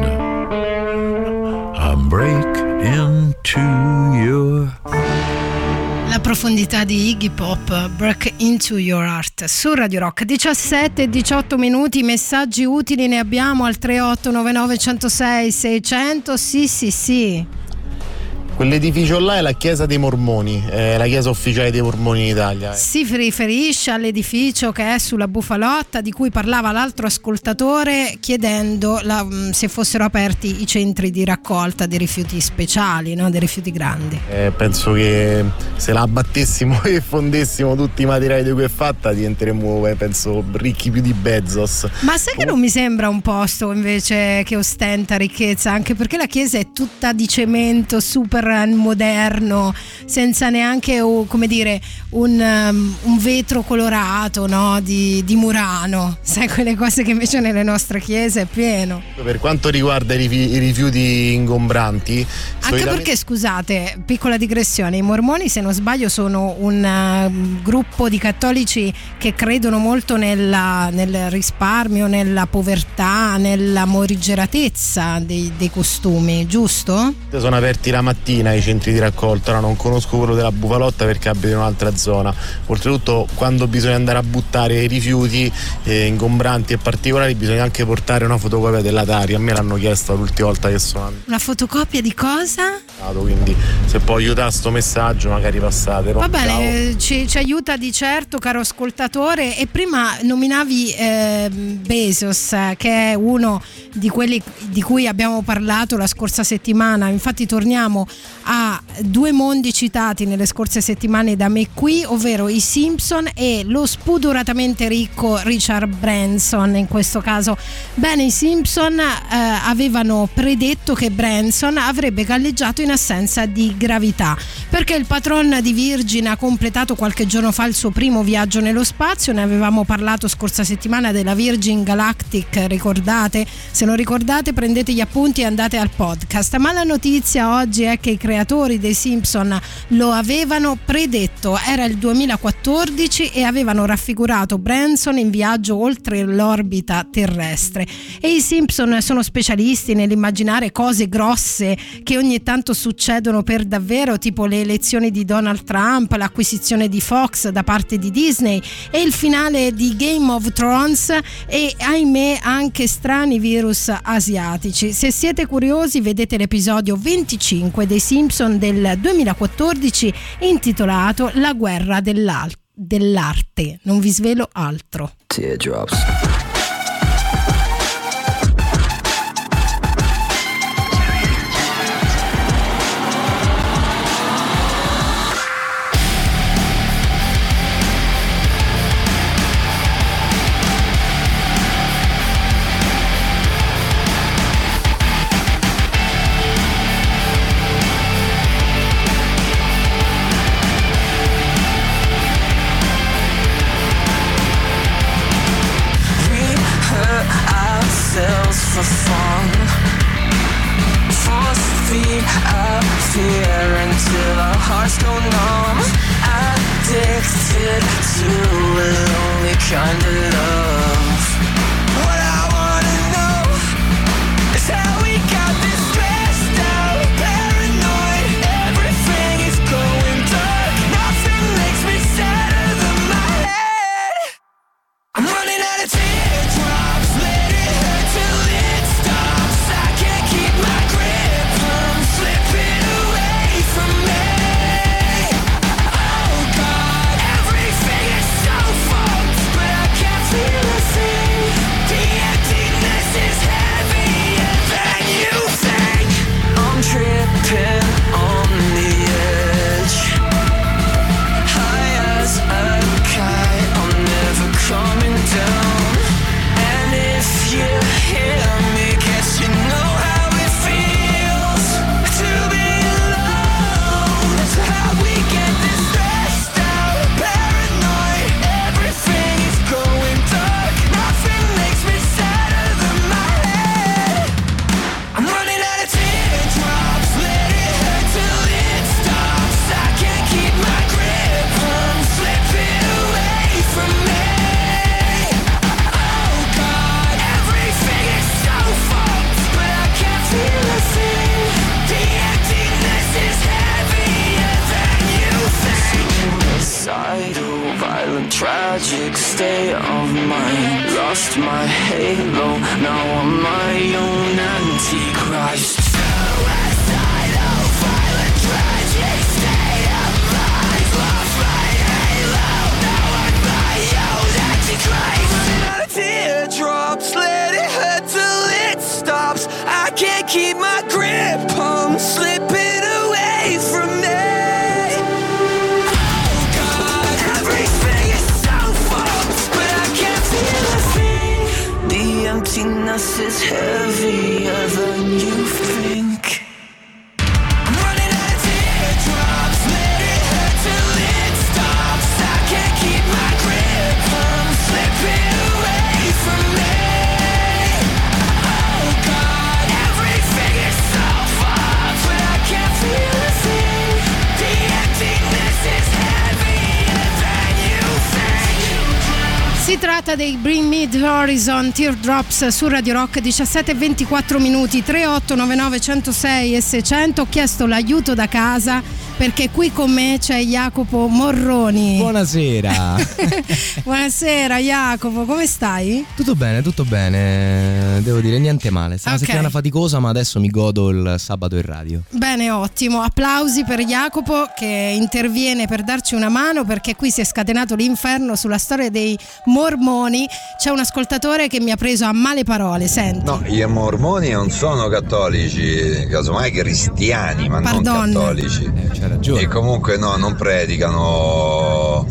I break into your. La profondità di Iggy Pop, Break Into Your Heart, su Radio Rock. 17 e 18 minuti, messaggi utili ne abbiamo al 3899 106 600. Sì. Quell'edificio là è la chiesa dei Mormoni, è la chiesa ufficiale dei Mormoni in Italia. Si riferisce all'edificio che è sulla Bufalotta, di cui parlava l'altro ascoltatore chiedendo se fossero aperti i centri di raccolta dei rifiuti speciali, no? Dei rifiuti grandi. Penso che se la abbattessimo e fondessimo tutti i materiali di cui è fatta diventeremmo, penso, ricchi più di Bezos. Ma sai che non mi sembra un posto invece che ostenta ricchezza, anche perché la chiesa è tutta di cemento, super moderno, senza neanche come dire un vetro colorato, no? di Murano, sai, quelle cose che invece nelle nostre chiese è pieno. Per quanto riguarda i rifiuti ingombranti, anche perché, scusate, piccola digressione, i mormoni, se non sbaglio, sono un gruppo di cattolici che credono molto nel risparmio, nella povertà, nella morigeratezza dei costumi, giusto? sono aperti la mattina Messina i centri di raccolta. Ora non conosco quello della Bufalotta perché abito in un'altra zona. Oltretutto, quando bisogna andare a buttare i rifiuti ingombranti e particolari, bisogna anche portare una fotocopia della Tari. A me l'hanno chiesto l'ultima volta che sono andato. Una fotocopia di cosa? Quindi se può aiutare sto messaggio, magari passatelo. Va bene, ci aiuta di certo, caro ascoltatore. E prima nominavi Bezos, che è uno di quelli di cui abbiamo parlato la scorsa settimana. Infatti torniamo a due mondi citati nelle scorse settimane da me qui, ovvero i Simpson e lo spudoratamente ricco Richard Branson. In questo caso, bene, i Simpson avevano predetto che Branson avrebbe galleggiato in assenza di gravità, perché il patron di Virgin ha completato qualche giorno fa il suo primo viaggio nello spazio. Ne avevamo parlato scorsa settimana della Virgin Galactic, ricordate? Se non ricordate, prendete gli appunti e andate al podcast. Ma la notizia oggi è che i creatori dei Simpson lo avevano predetto. Era il 2014 e avevano raffigurato Branson in viaggio oltre l'orbita terrestre. E i Simpson sono specialisti nell'immaginare cose grosse che ogni tanto succedono per davvero, tipo le elezioni di Donald Trump, l'acquisizione di Fox da parte di Disney e il finale di Game of Thrones e, ahimè, anche strani virus asiatici. Se siete curiosi, vedete l'episodio 25 dei Simpson del 2014 intitolato La guerra dell'arte. Non vi svelo altro. Teardrops. For fun, force feed our fear until our hearts go numb. Addicted to a lonely kind of love. What I wanna know is how we got this stressed out, paranoid. Everything is going dark. Nothing makes me sadder than my head. I'm running out of teardrops. Let it hurt till it stops. I can't keep my grip. I'm slipping away from me. Oh God, everything is so fucked, but I can't feel a thing. The emptiness is heavier than you think. I'm tripping on the edge, high as a kite. I'm never coming down. And if you hear me, guess you know how it feels to be alone. So how we get this stressed out, paranoid. Everything is going dark. Nothing makes me sadder than my head. I'm running out of teardrops. Let it hurt till it stops. I can't keep my grip. I'm slipping away from me. Oh God, everything is so fucked, but I can't feel a thing. The emptiness is heavier than you think. Suicidal, violent, tragic state of mind. Lost my halo, now I'm my own antichrist. Suicidal, violent, tragic state of mind. Lost my halo, now I'm my own antichrist. Running out of teardrops, let it hurt till it stops. I can't keep my grip, I'm slipping away from me. Oh God, everything is so fucked, but I can't feel a thing. The emptiness is heavier than you think. I'm running out of teardrops, let it hurt till it stops. I can't keep my grip, I'm slipping away from me. Oh God, everything is so fucked, but I can't feel a thing. The emptiness is heavier than you think. Si tratta dei Bring Me the Horizon Teardrops su Radio Rock. 17:24 minuti. 3899 106 e 600. Ho chiesto l'aiuto da casa perché qui con me c'è Jacopo Morroni. Buonasera. Buonasera Jacopo, come stai? Tutto bene, devo dire niente male. È una settimana faticosa, ma adesso mi godo il sabato in radio. Bene, ottimo. Applausi per Jacopo che interviene per darci una mano, perché qui si è scatenato l'inferno sulla storia dei mormoni. C'è un ascoltatore che mi ha preso a male parole, senti. No, i mormoni non sono cattolici, casomai cristiani, ma non cattolici. C'è ragione. E comunque no, non predicano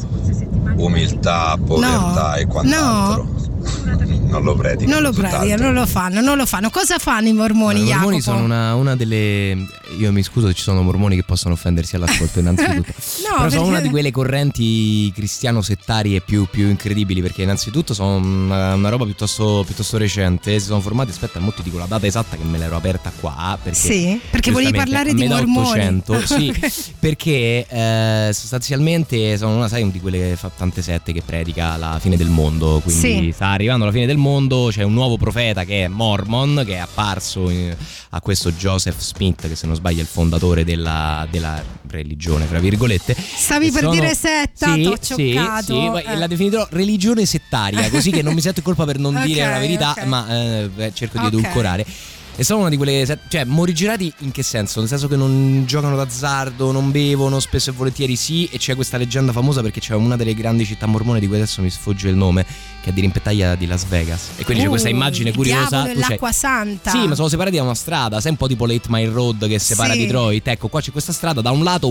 umiltà, povertà e quant'altro. No. Non lo predicano. Non lo predicano, non lo fanno. Cosa fanno i mormoni, I mormoni Jacopo? sono una delle... Io mi scuso se ci sono mormoni che possono offendersi all'ascolto innanzitutto. No, però sono perché... una di quelle correnti cristiano-settarie più incredibili, perché innanzitutto sono una roba piuttosto recente. Si sono formati, aspetta, molti dico la data esatta che me l'ero aperta qua, perché sì, perché volevi parlare di mormoni. 800, sì, perché sostanzialmente sono una, sai, di quelle tante sette che predica la fine del mondo, quindi sta arrivando la fine del mondo, c'è un nuovo profeta che è Mormon, che è apparso a questo Joseph Smith, che se non sbaglio è il fondatore della religione, tra virgolette. Stavi per dire setta, t'ho cioccato. La definirò religione settaria, così che non mi sento in colpa per non dire la verità, ma cerco di edulcorare. E sono una di quelle, cioè, morigerati in che senso? Nel senso che non giocano d'azzardo, non bevono, spesso e volentieri sì, e c'è questa leggenda famosa perché c'è una delle grandi città mormone di cui adesso mi sfugge il nome, che è di rimpetaglia di Las Vegas. E quindi c'è questa immagine curiosa. Il diavolo e l'acqua santa. Sì, ma sono separati da una strada, sai, un po' tipo l'Eight Mile Road che separa Detroit. Ecco, qua c'è questa strada, da un lato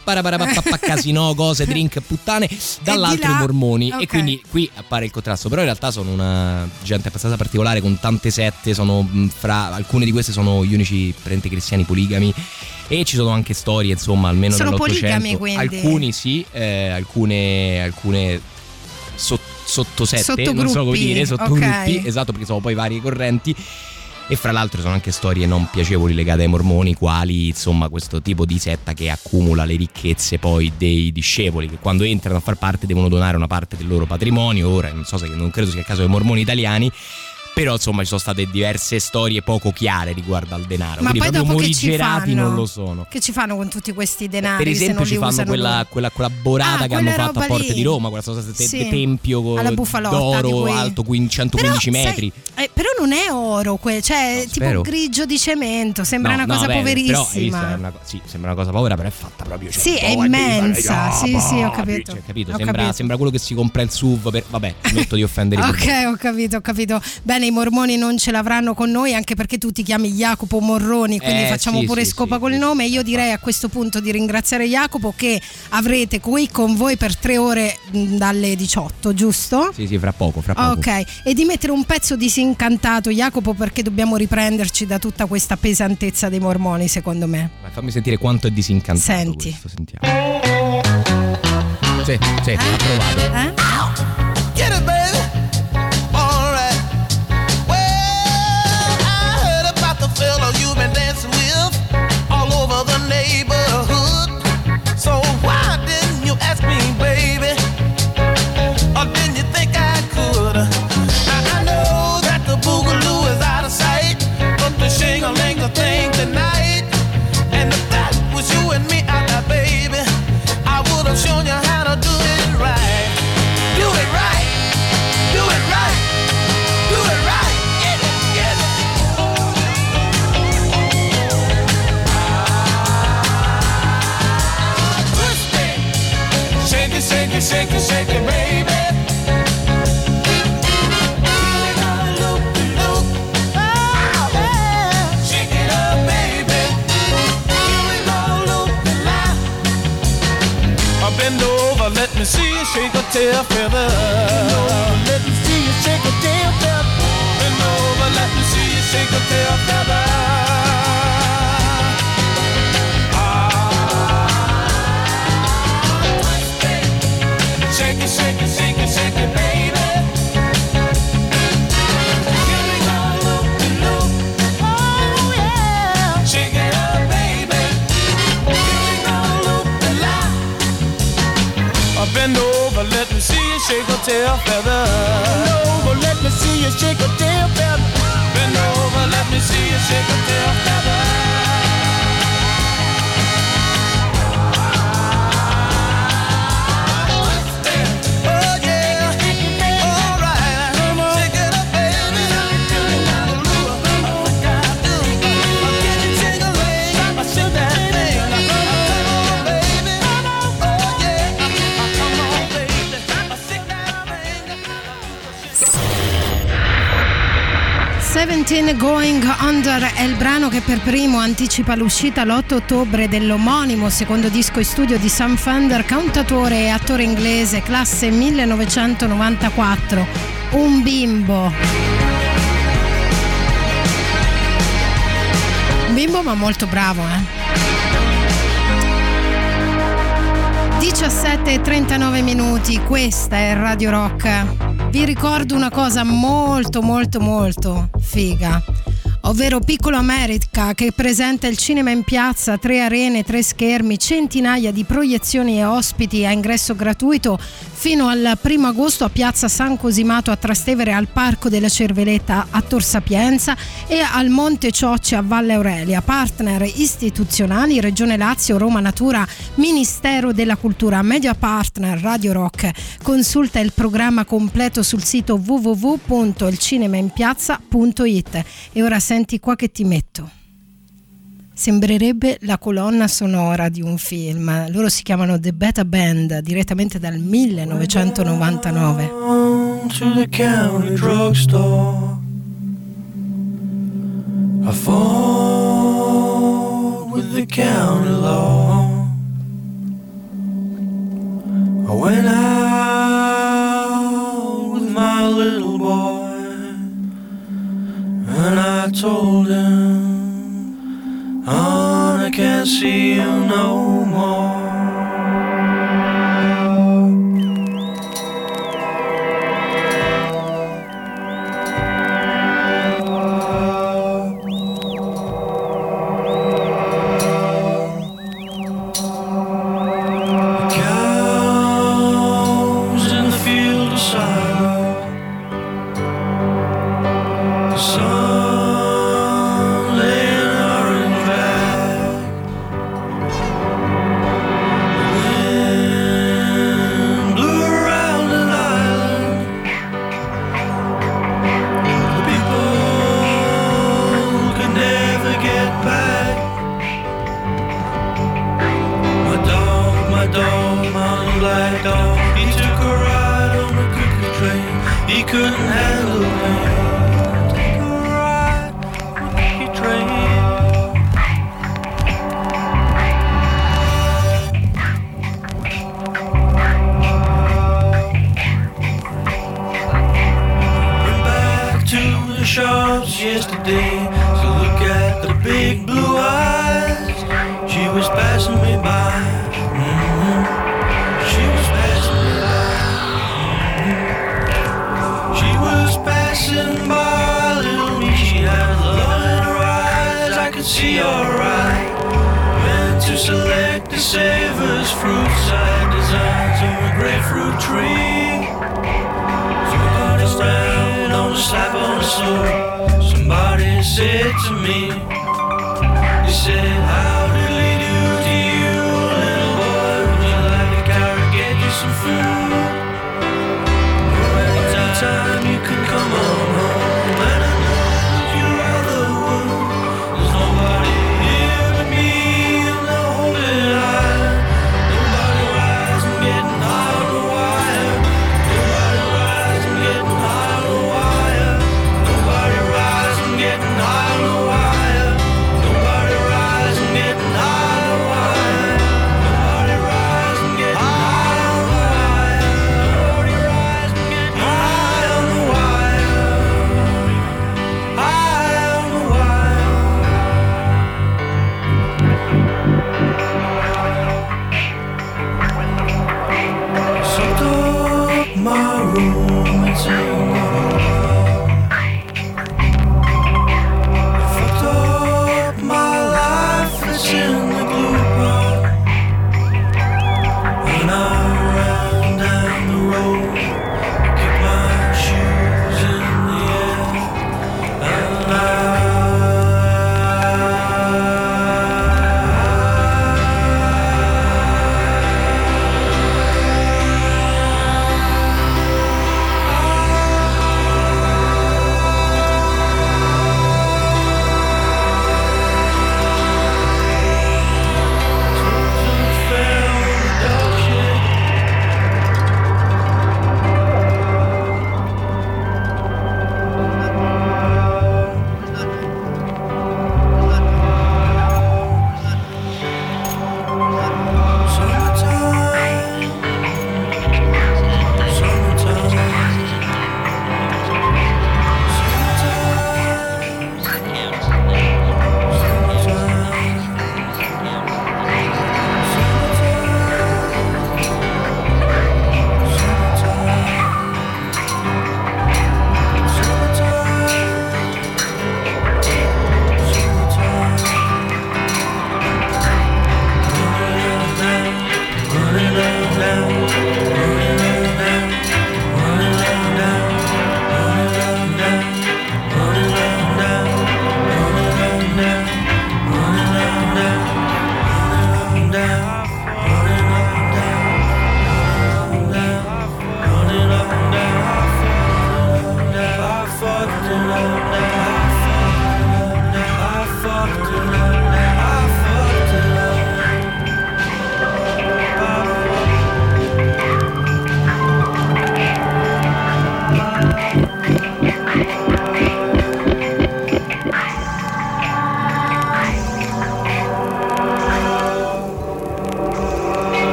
casino, cose, drink, puttane, dall'altro i mormoni. E quindi qui appare il contrasto. Però in realtà sono una gente abbastanza particolare, con tante sette, sono alcune di queste sono gli unici parenti cristiani poligami, e ci sono anche storie, insomma, almeno sono nell'Ottocento. Poligami, quindi. Alcuni sì, alcune sottosette, non so come dire, sottogruppi, esatto, perché sono poi varie correnti. E fra l'altro sono anche storie non piacevoli legate ai mormoni, quali, insomma, questo tipo di setta che accumula le ricchezze poi dei discepoli, che quando entrano a far parte devono donare una parte del loro patrimonio. Ora non credo sia il caso dei mormoni italiani, però insomma ci sono state diverse storie poco chiare riguardo al denaro. Ma quindi poi proprio dopo morigerati non lo sono. Che ci fanno con tutti questi denari? Per esempio ci fanno quella borata che hanno fatto a Porte di Roma, quella tempio d'oro alto 115 metri. Però non è oro, cioè no, tipo grigio di cemento, sembra una cosa poverissima. Però sembra una cosa povera, però è fatta proprio. Sì, è immensa. Sì, ho capito. Sembra quello che si compra il SUV vabbè, smetto di offendere. Ok, ho capito. Bene, i mormoni non ce l'avranno con noi, anche perché tu ti chiami Jacopo Morroni, quindi facciamo pure scopa col nome. Io direi a questo punto di ringraziare Jacopo, che avrete qui con voi per 3 ore dalle 18, giusto? Sì, fra poco. Ok, e di mettere un pezzo disincantato, Jacopo, perché dobbiamo riprenderci da tutta questa pesantezza dei mormoni, secondo me. Fammi sentire quanto è disincantato. Senti. Questo, sentiamo. Sì, approvato. Get it, baby. Fellow you've been dancing with all over the neighborhood. So why didn't you ask me, baby? Or didn't you think I could? I know that the boogaloo is out of sight, but the shing-a-ling-a thing tonight. And if that was you and me out there, baby, I would have shown you how to do it right. Do it right. Do it right. Do it right. Get it, get it. Shake it, shake it, baby. Shake it up, baby. Here we go, loop the line. Bend over, let me see you shake a tail feather. Let me see you shake a tail feather. Bend over, let me see you shake a tail feather. Shake it, shake it, shake it, shake it, baby. Here we go, loop de loop. Oh yeah. Shake it up, baby. Here we go, loop de la. Bend over, let me see you shake a tail feather. Bend over, let me see you shake a tail feather. Bend over, let me see you shake a tail feather. Seventeen Going Under è il brano che per primo anticipa l'uscita l'8 ottobre dell'omonimo secondo disco in studio di Sam Fender, cantautore e attore inglese, classe 1994. Un bimbo. Un bimbo ma molto bravo, 17:39 minuti, questa è Radio Rock. Vi ricordo una cosa molto molto molto figa, ovvero Piccolo America, che presenta il cinema in piazza, 3 arene, 3 schermi, centinaia di proiezioni e ospiti a ingresso gratuito fino al 1 agosto a Piazza San Cosimato a Trastevere, al Parco della Cerveletta a Tor Sapienza e al Monte Ciocci a Valle Aurelia. Partner istituzionali: Regione Lazio, Roma Natura, Ministero della Cultura, Media Partner Radio Rock. Consulta il programma completo sul sito www.ilcinemainpiazza.it. E ora senti qua che ti metto. Sembrerebbe la colonna sonora di un film. Loro si chiamano The Beta Band, direttamente dal 1999. To the county drugstore, I fought with the county law. I went out with my little boy, and I told him, "Hon, I can't see you no more." Cows in the field of silence, the sun lay in orange bag. The wind blew around an island. The people could never get back. My dog, my black dog, he took a ride on the cuckoo train. He couldn't handle the pain. Take a ride on the cuckoo train. Went back to the shops yesterday to look at the big blue eyes. She was passing me by. She was passing me by. She was passing by, little me. She had love in her eyes. I could see alright. Went to select the Savers fruits. I had designs on a grapefruit tree. Took a stand on the slap on the floor. Somebody said to me, he said, "How did he do to you, little boy? Would you like a carrot, get you some food? Or anytime you can come on home, and I know that you're out the wood. There's nobody here but me in the holy line. Nobody rise and getting high on the wire. Nobody rise and getting high on the wire. Nobody rise and getting high on the wire. Nobody rise and getting high."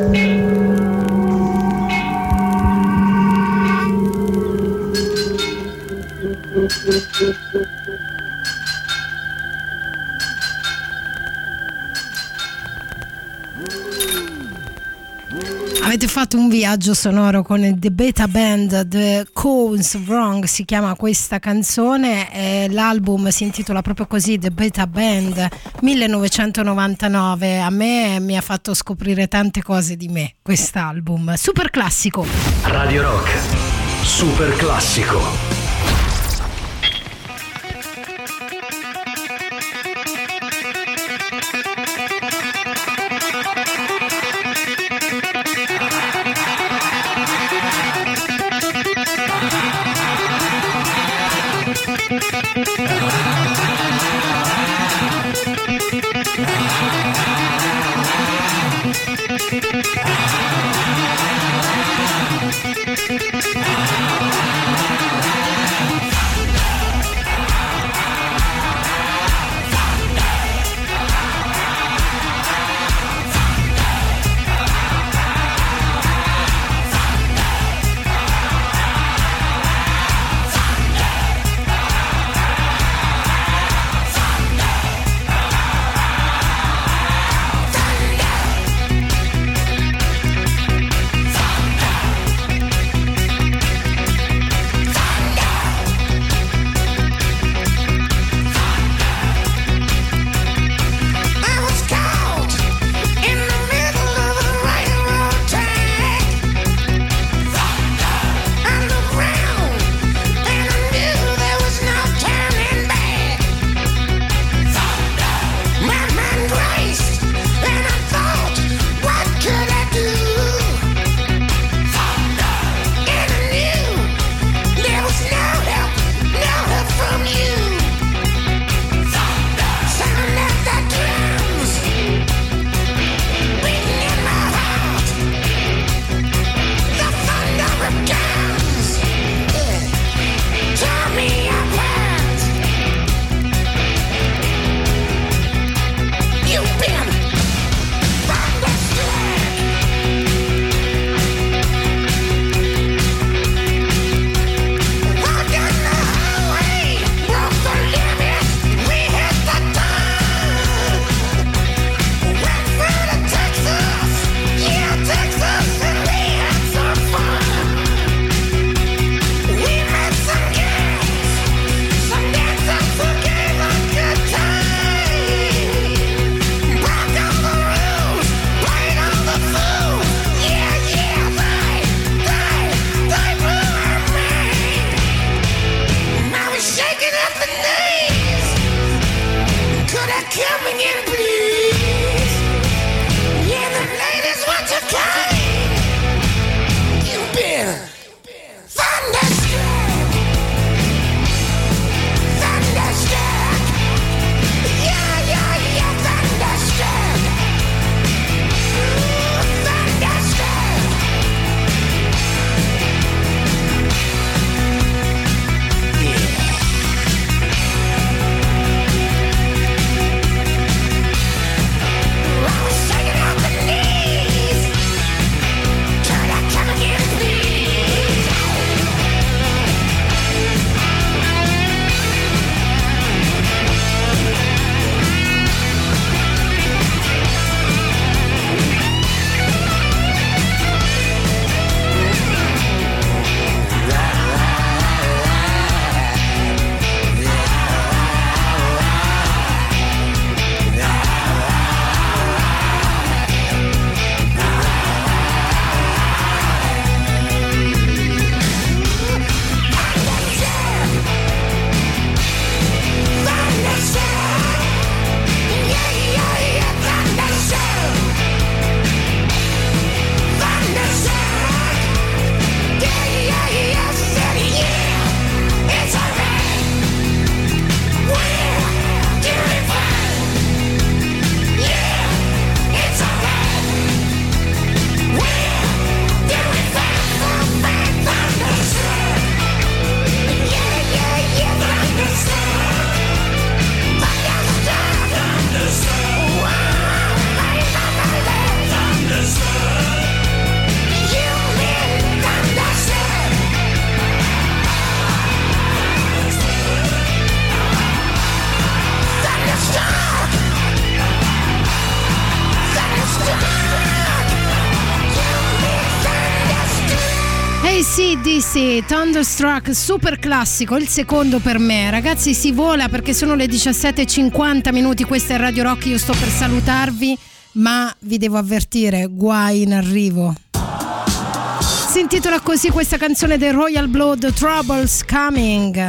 Avete fatto un viaggio sonoro con The Beta Band, The Cones Wrong si chiama questa canzone, e l'album si intitola proprio così, The Beta Band 1999. A me mi ha fatto scoprire tante cose di me quest'album, super classico. Radio Rock, super classico. AC/DC, Thunderstruck, super classico, il secondo per me. Ragazzi, si vola perché sono le 17:50, questa è Radio Rock, io sto per salutarvi, ma vi devo avvertire, guai in arrivo. Si intitola così questa canzone dei Royal Blood, Troubles Coming.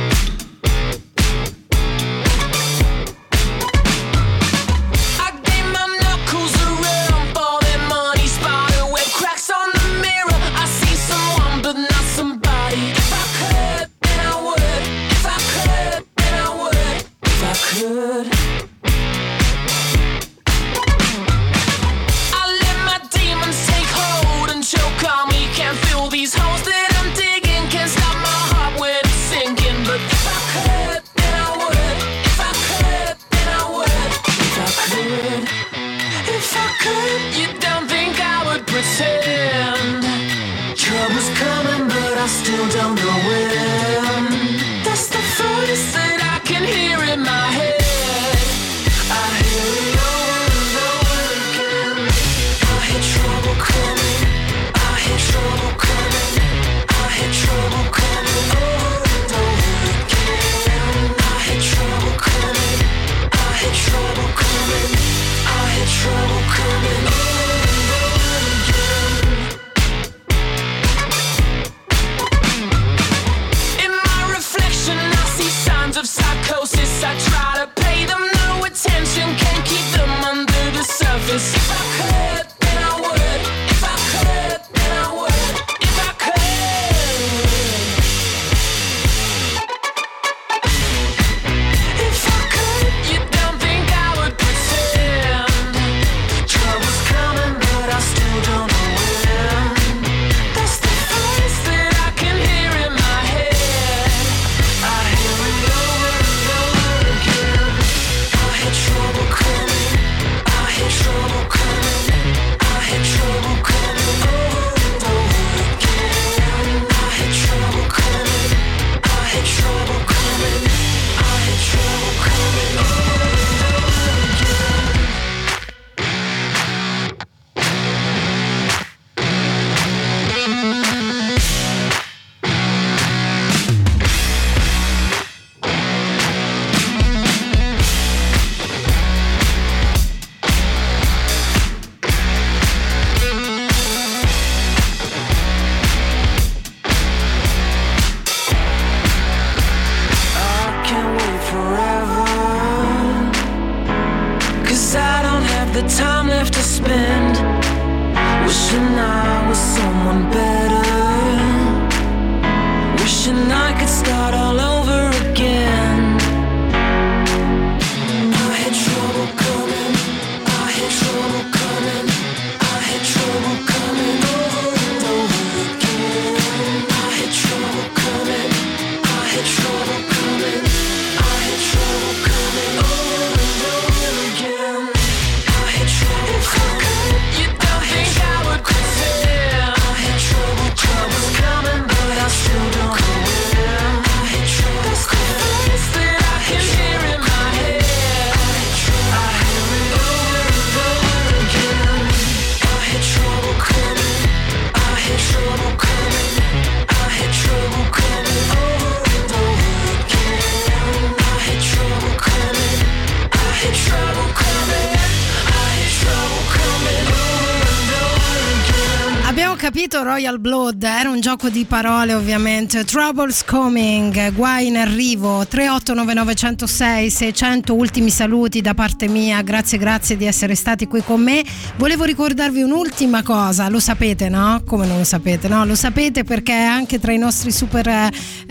Capito, Royal Blood, era un gioco di parole ovviamente. Troubles Coming, guai in arrivo. 3899 106 600, ultimi saluti da parte mia, grazie di essere stati qui con me. Volevo ricordarvi un'ultima cosa, lo sapete, no? Come non lo sapete? No, lo sapete perché anche tra i nostri super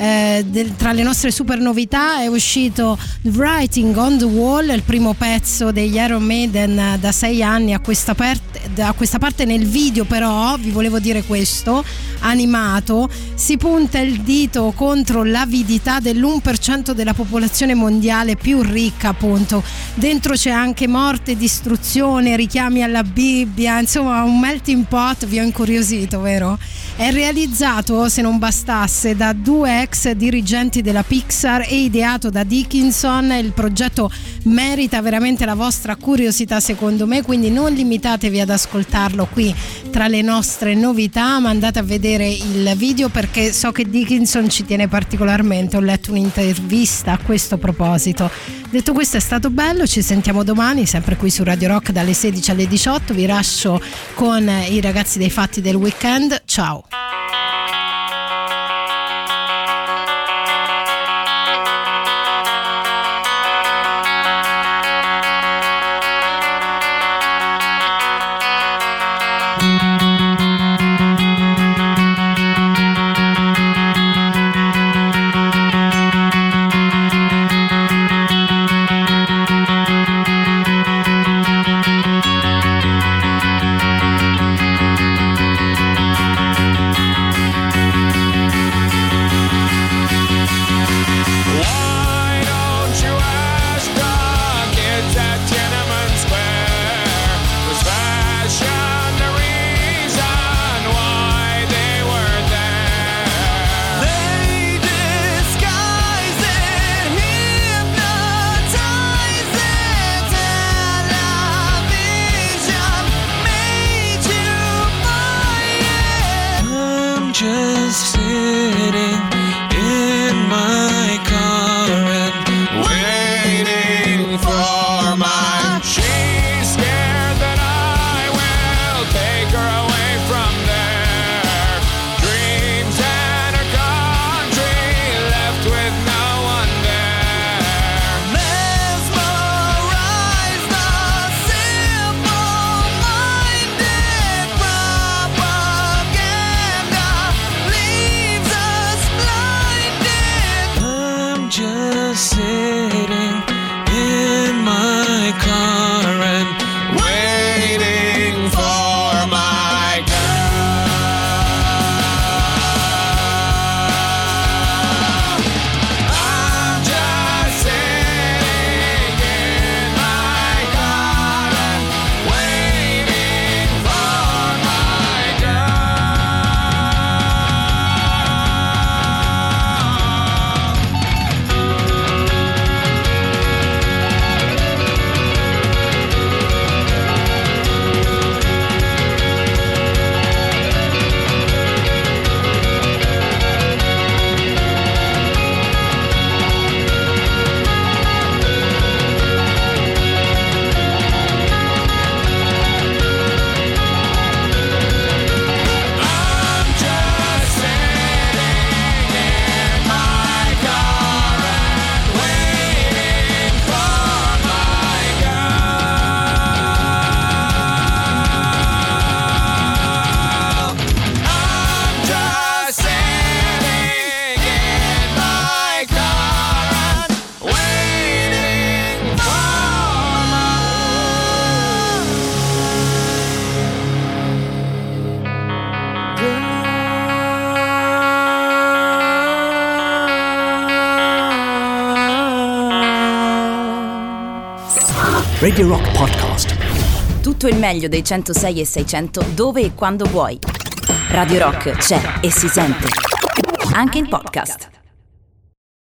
tra le nostre super novità è uscito The Writing on the Wall, il primo pezzo degli Iron Maiden da 6 anni a questa parte. Nel video però vi volevo dire questo, animato, si punta il dito contro l'avidità dell'1% della popolazione mondiale più ricca, appunto. Dentro c'è anche morte, distruzione, richiami alla Bibbia, insomma un melting pot. Vi ho incuriosito, vero? È realizzato, se non bastasse, da 2 ex dirigenti della Pixar e ideato da Dickinson. Il progetto merita veramente la vostra curiosità, secondo me, quindi non limitatevi ad ascoltarlo qui tra le nostre novità. novità, ma andate a vedere il video perché so che Dickinson ci tiene particolarmente. Ho letto un'intervista a questo proposito. Detto questo, è stato bello, ci sentiamo domani sempre qui su Radio Rock dalle 16 alle 18. Vi lascio con i ragazzi dei Fatti del Weekend. Ciao. Radio Rock Podcast. Tutto il meglio dei 106 e 600 dove e quando vuoi. Radio Rock c'è e si sente. Anche in podcast.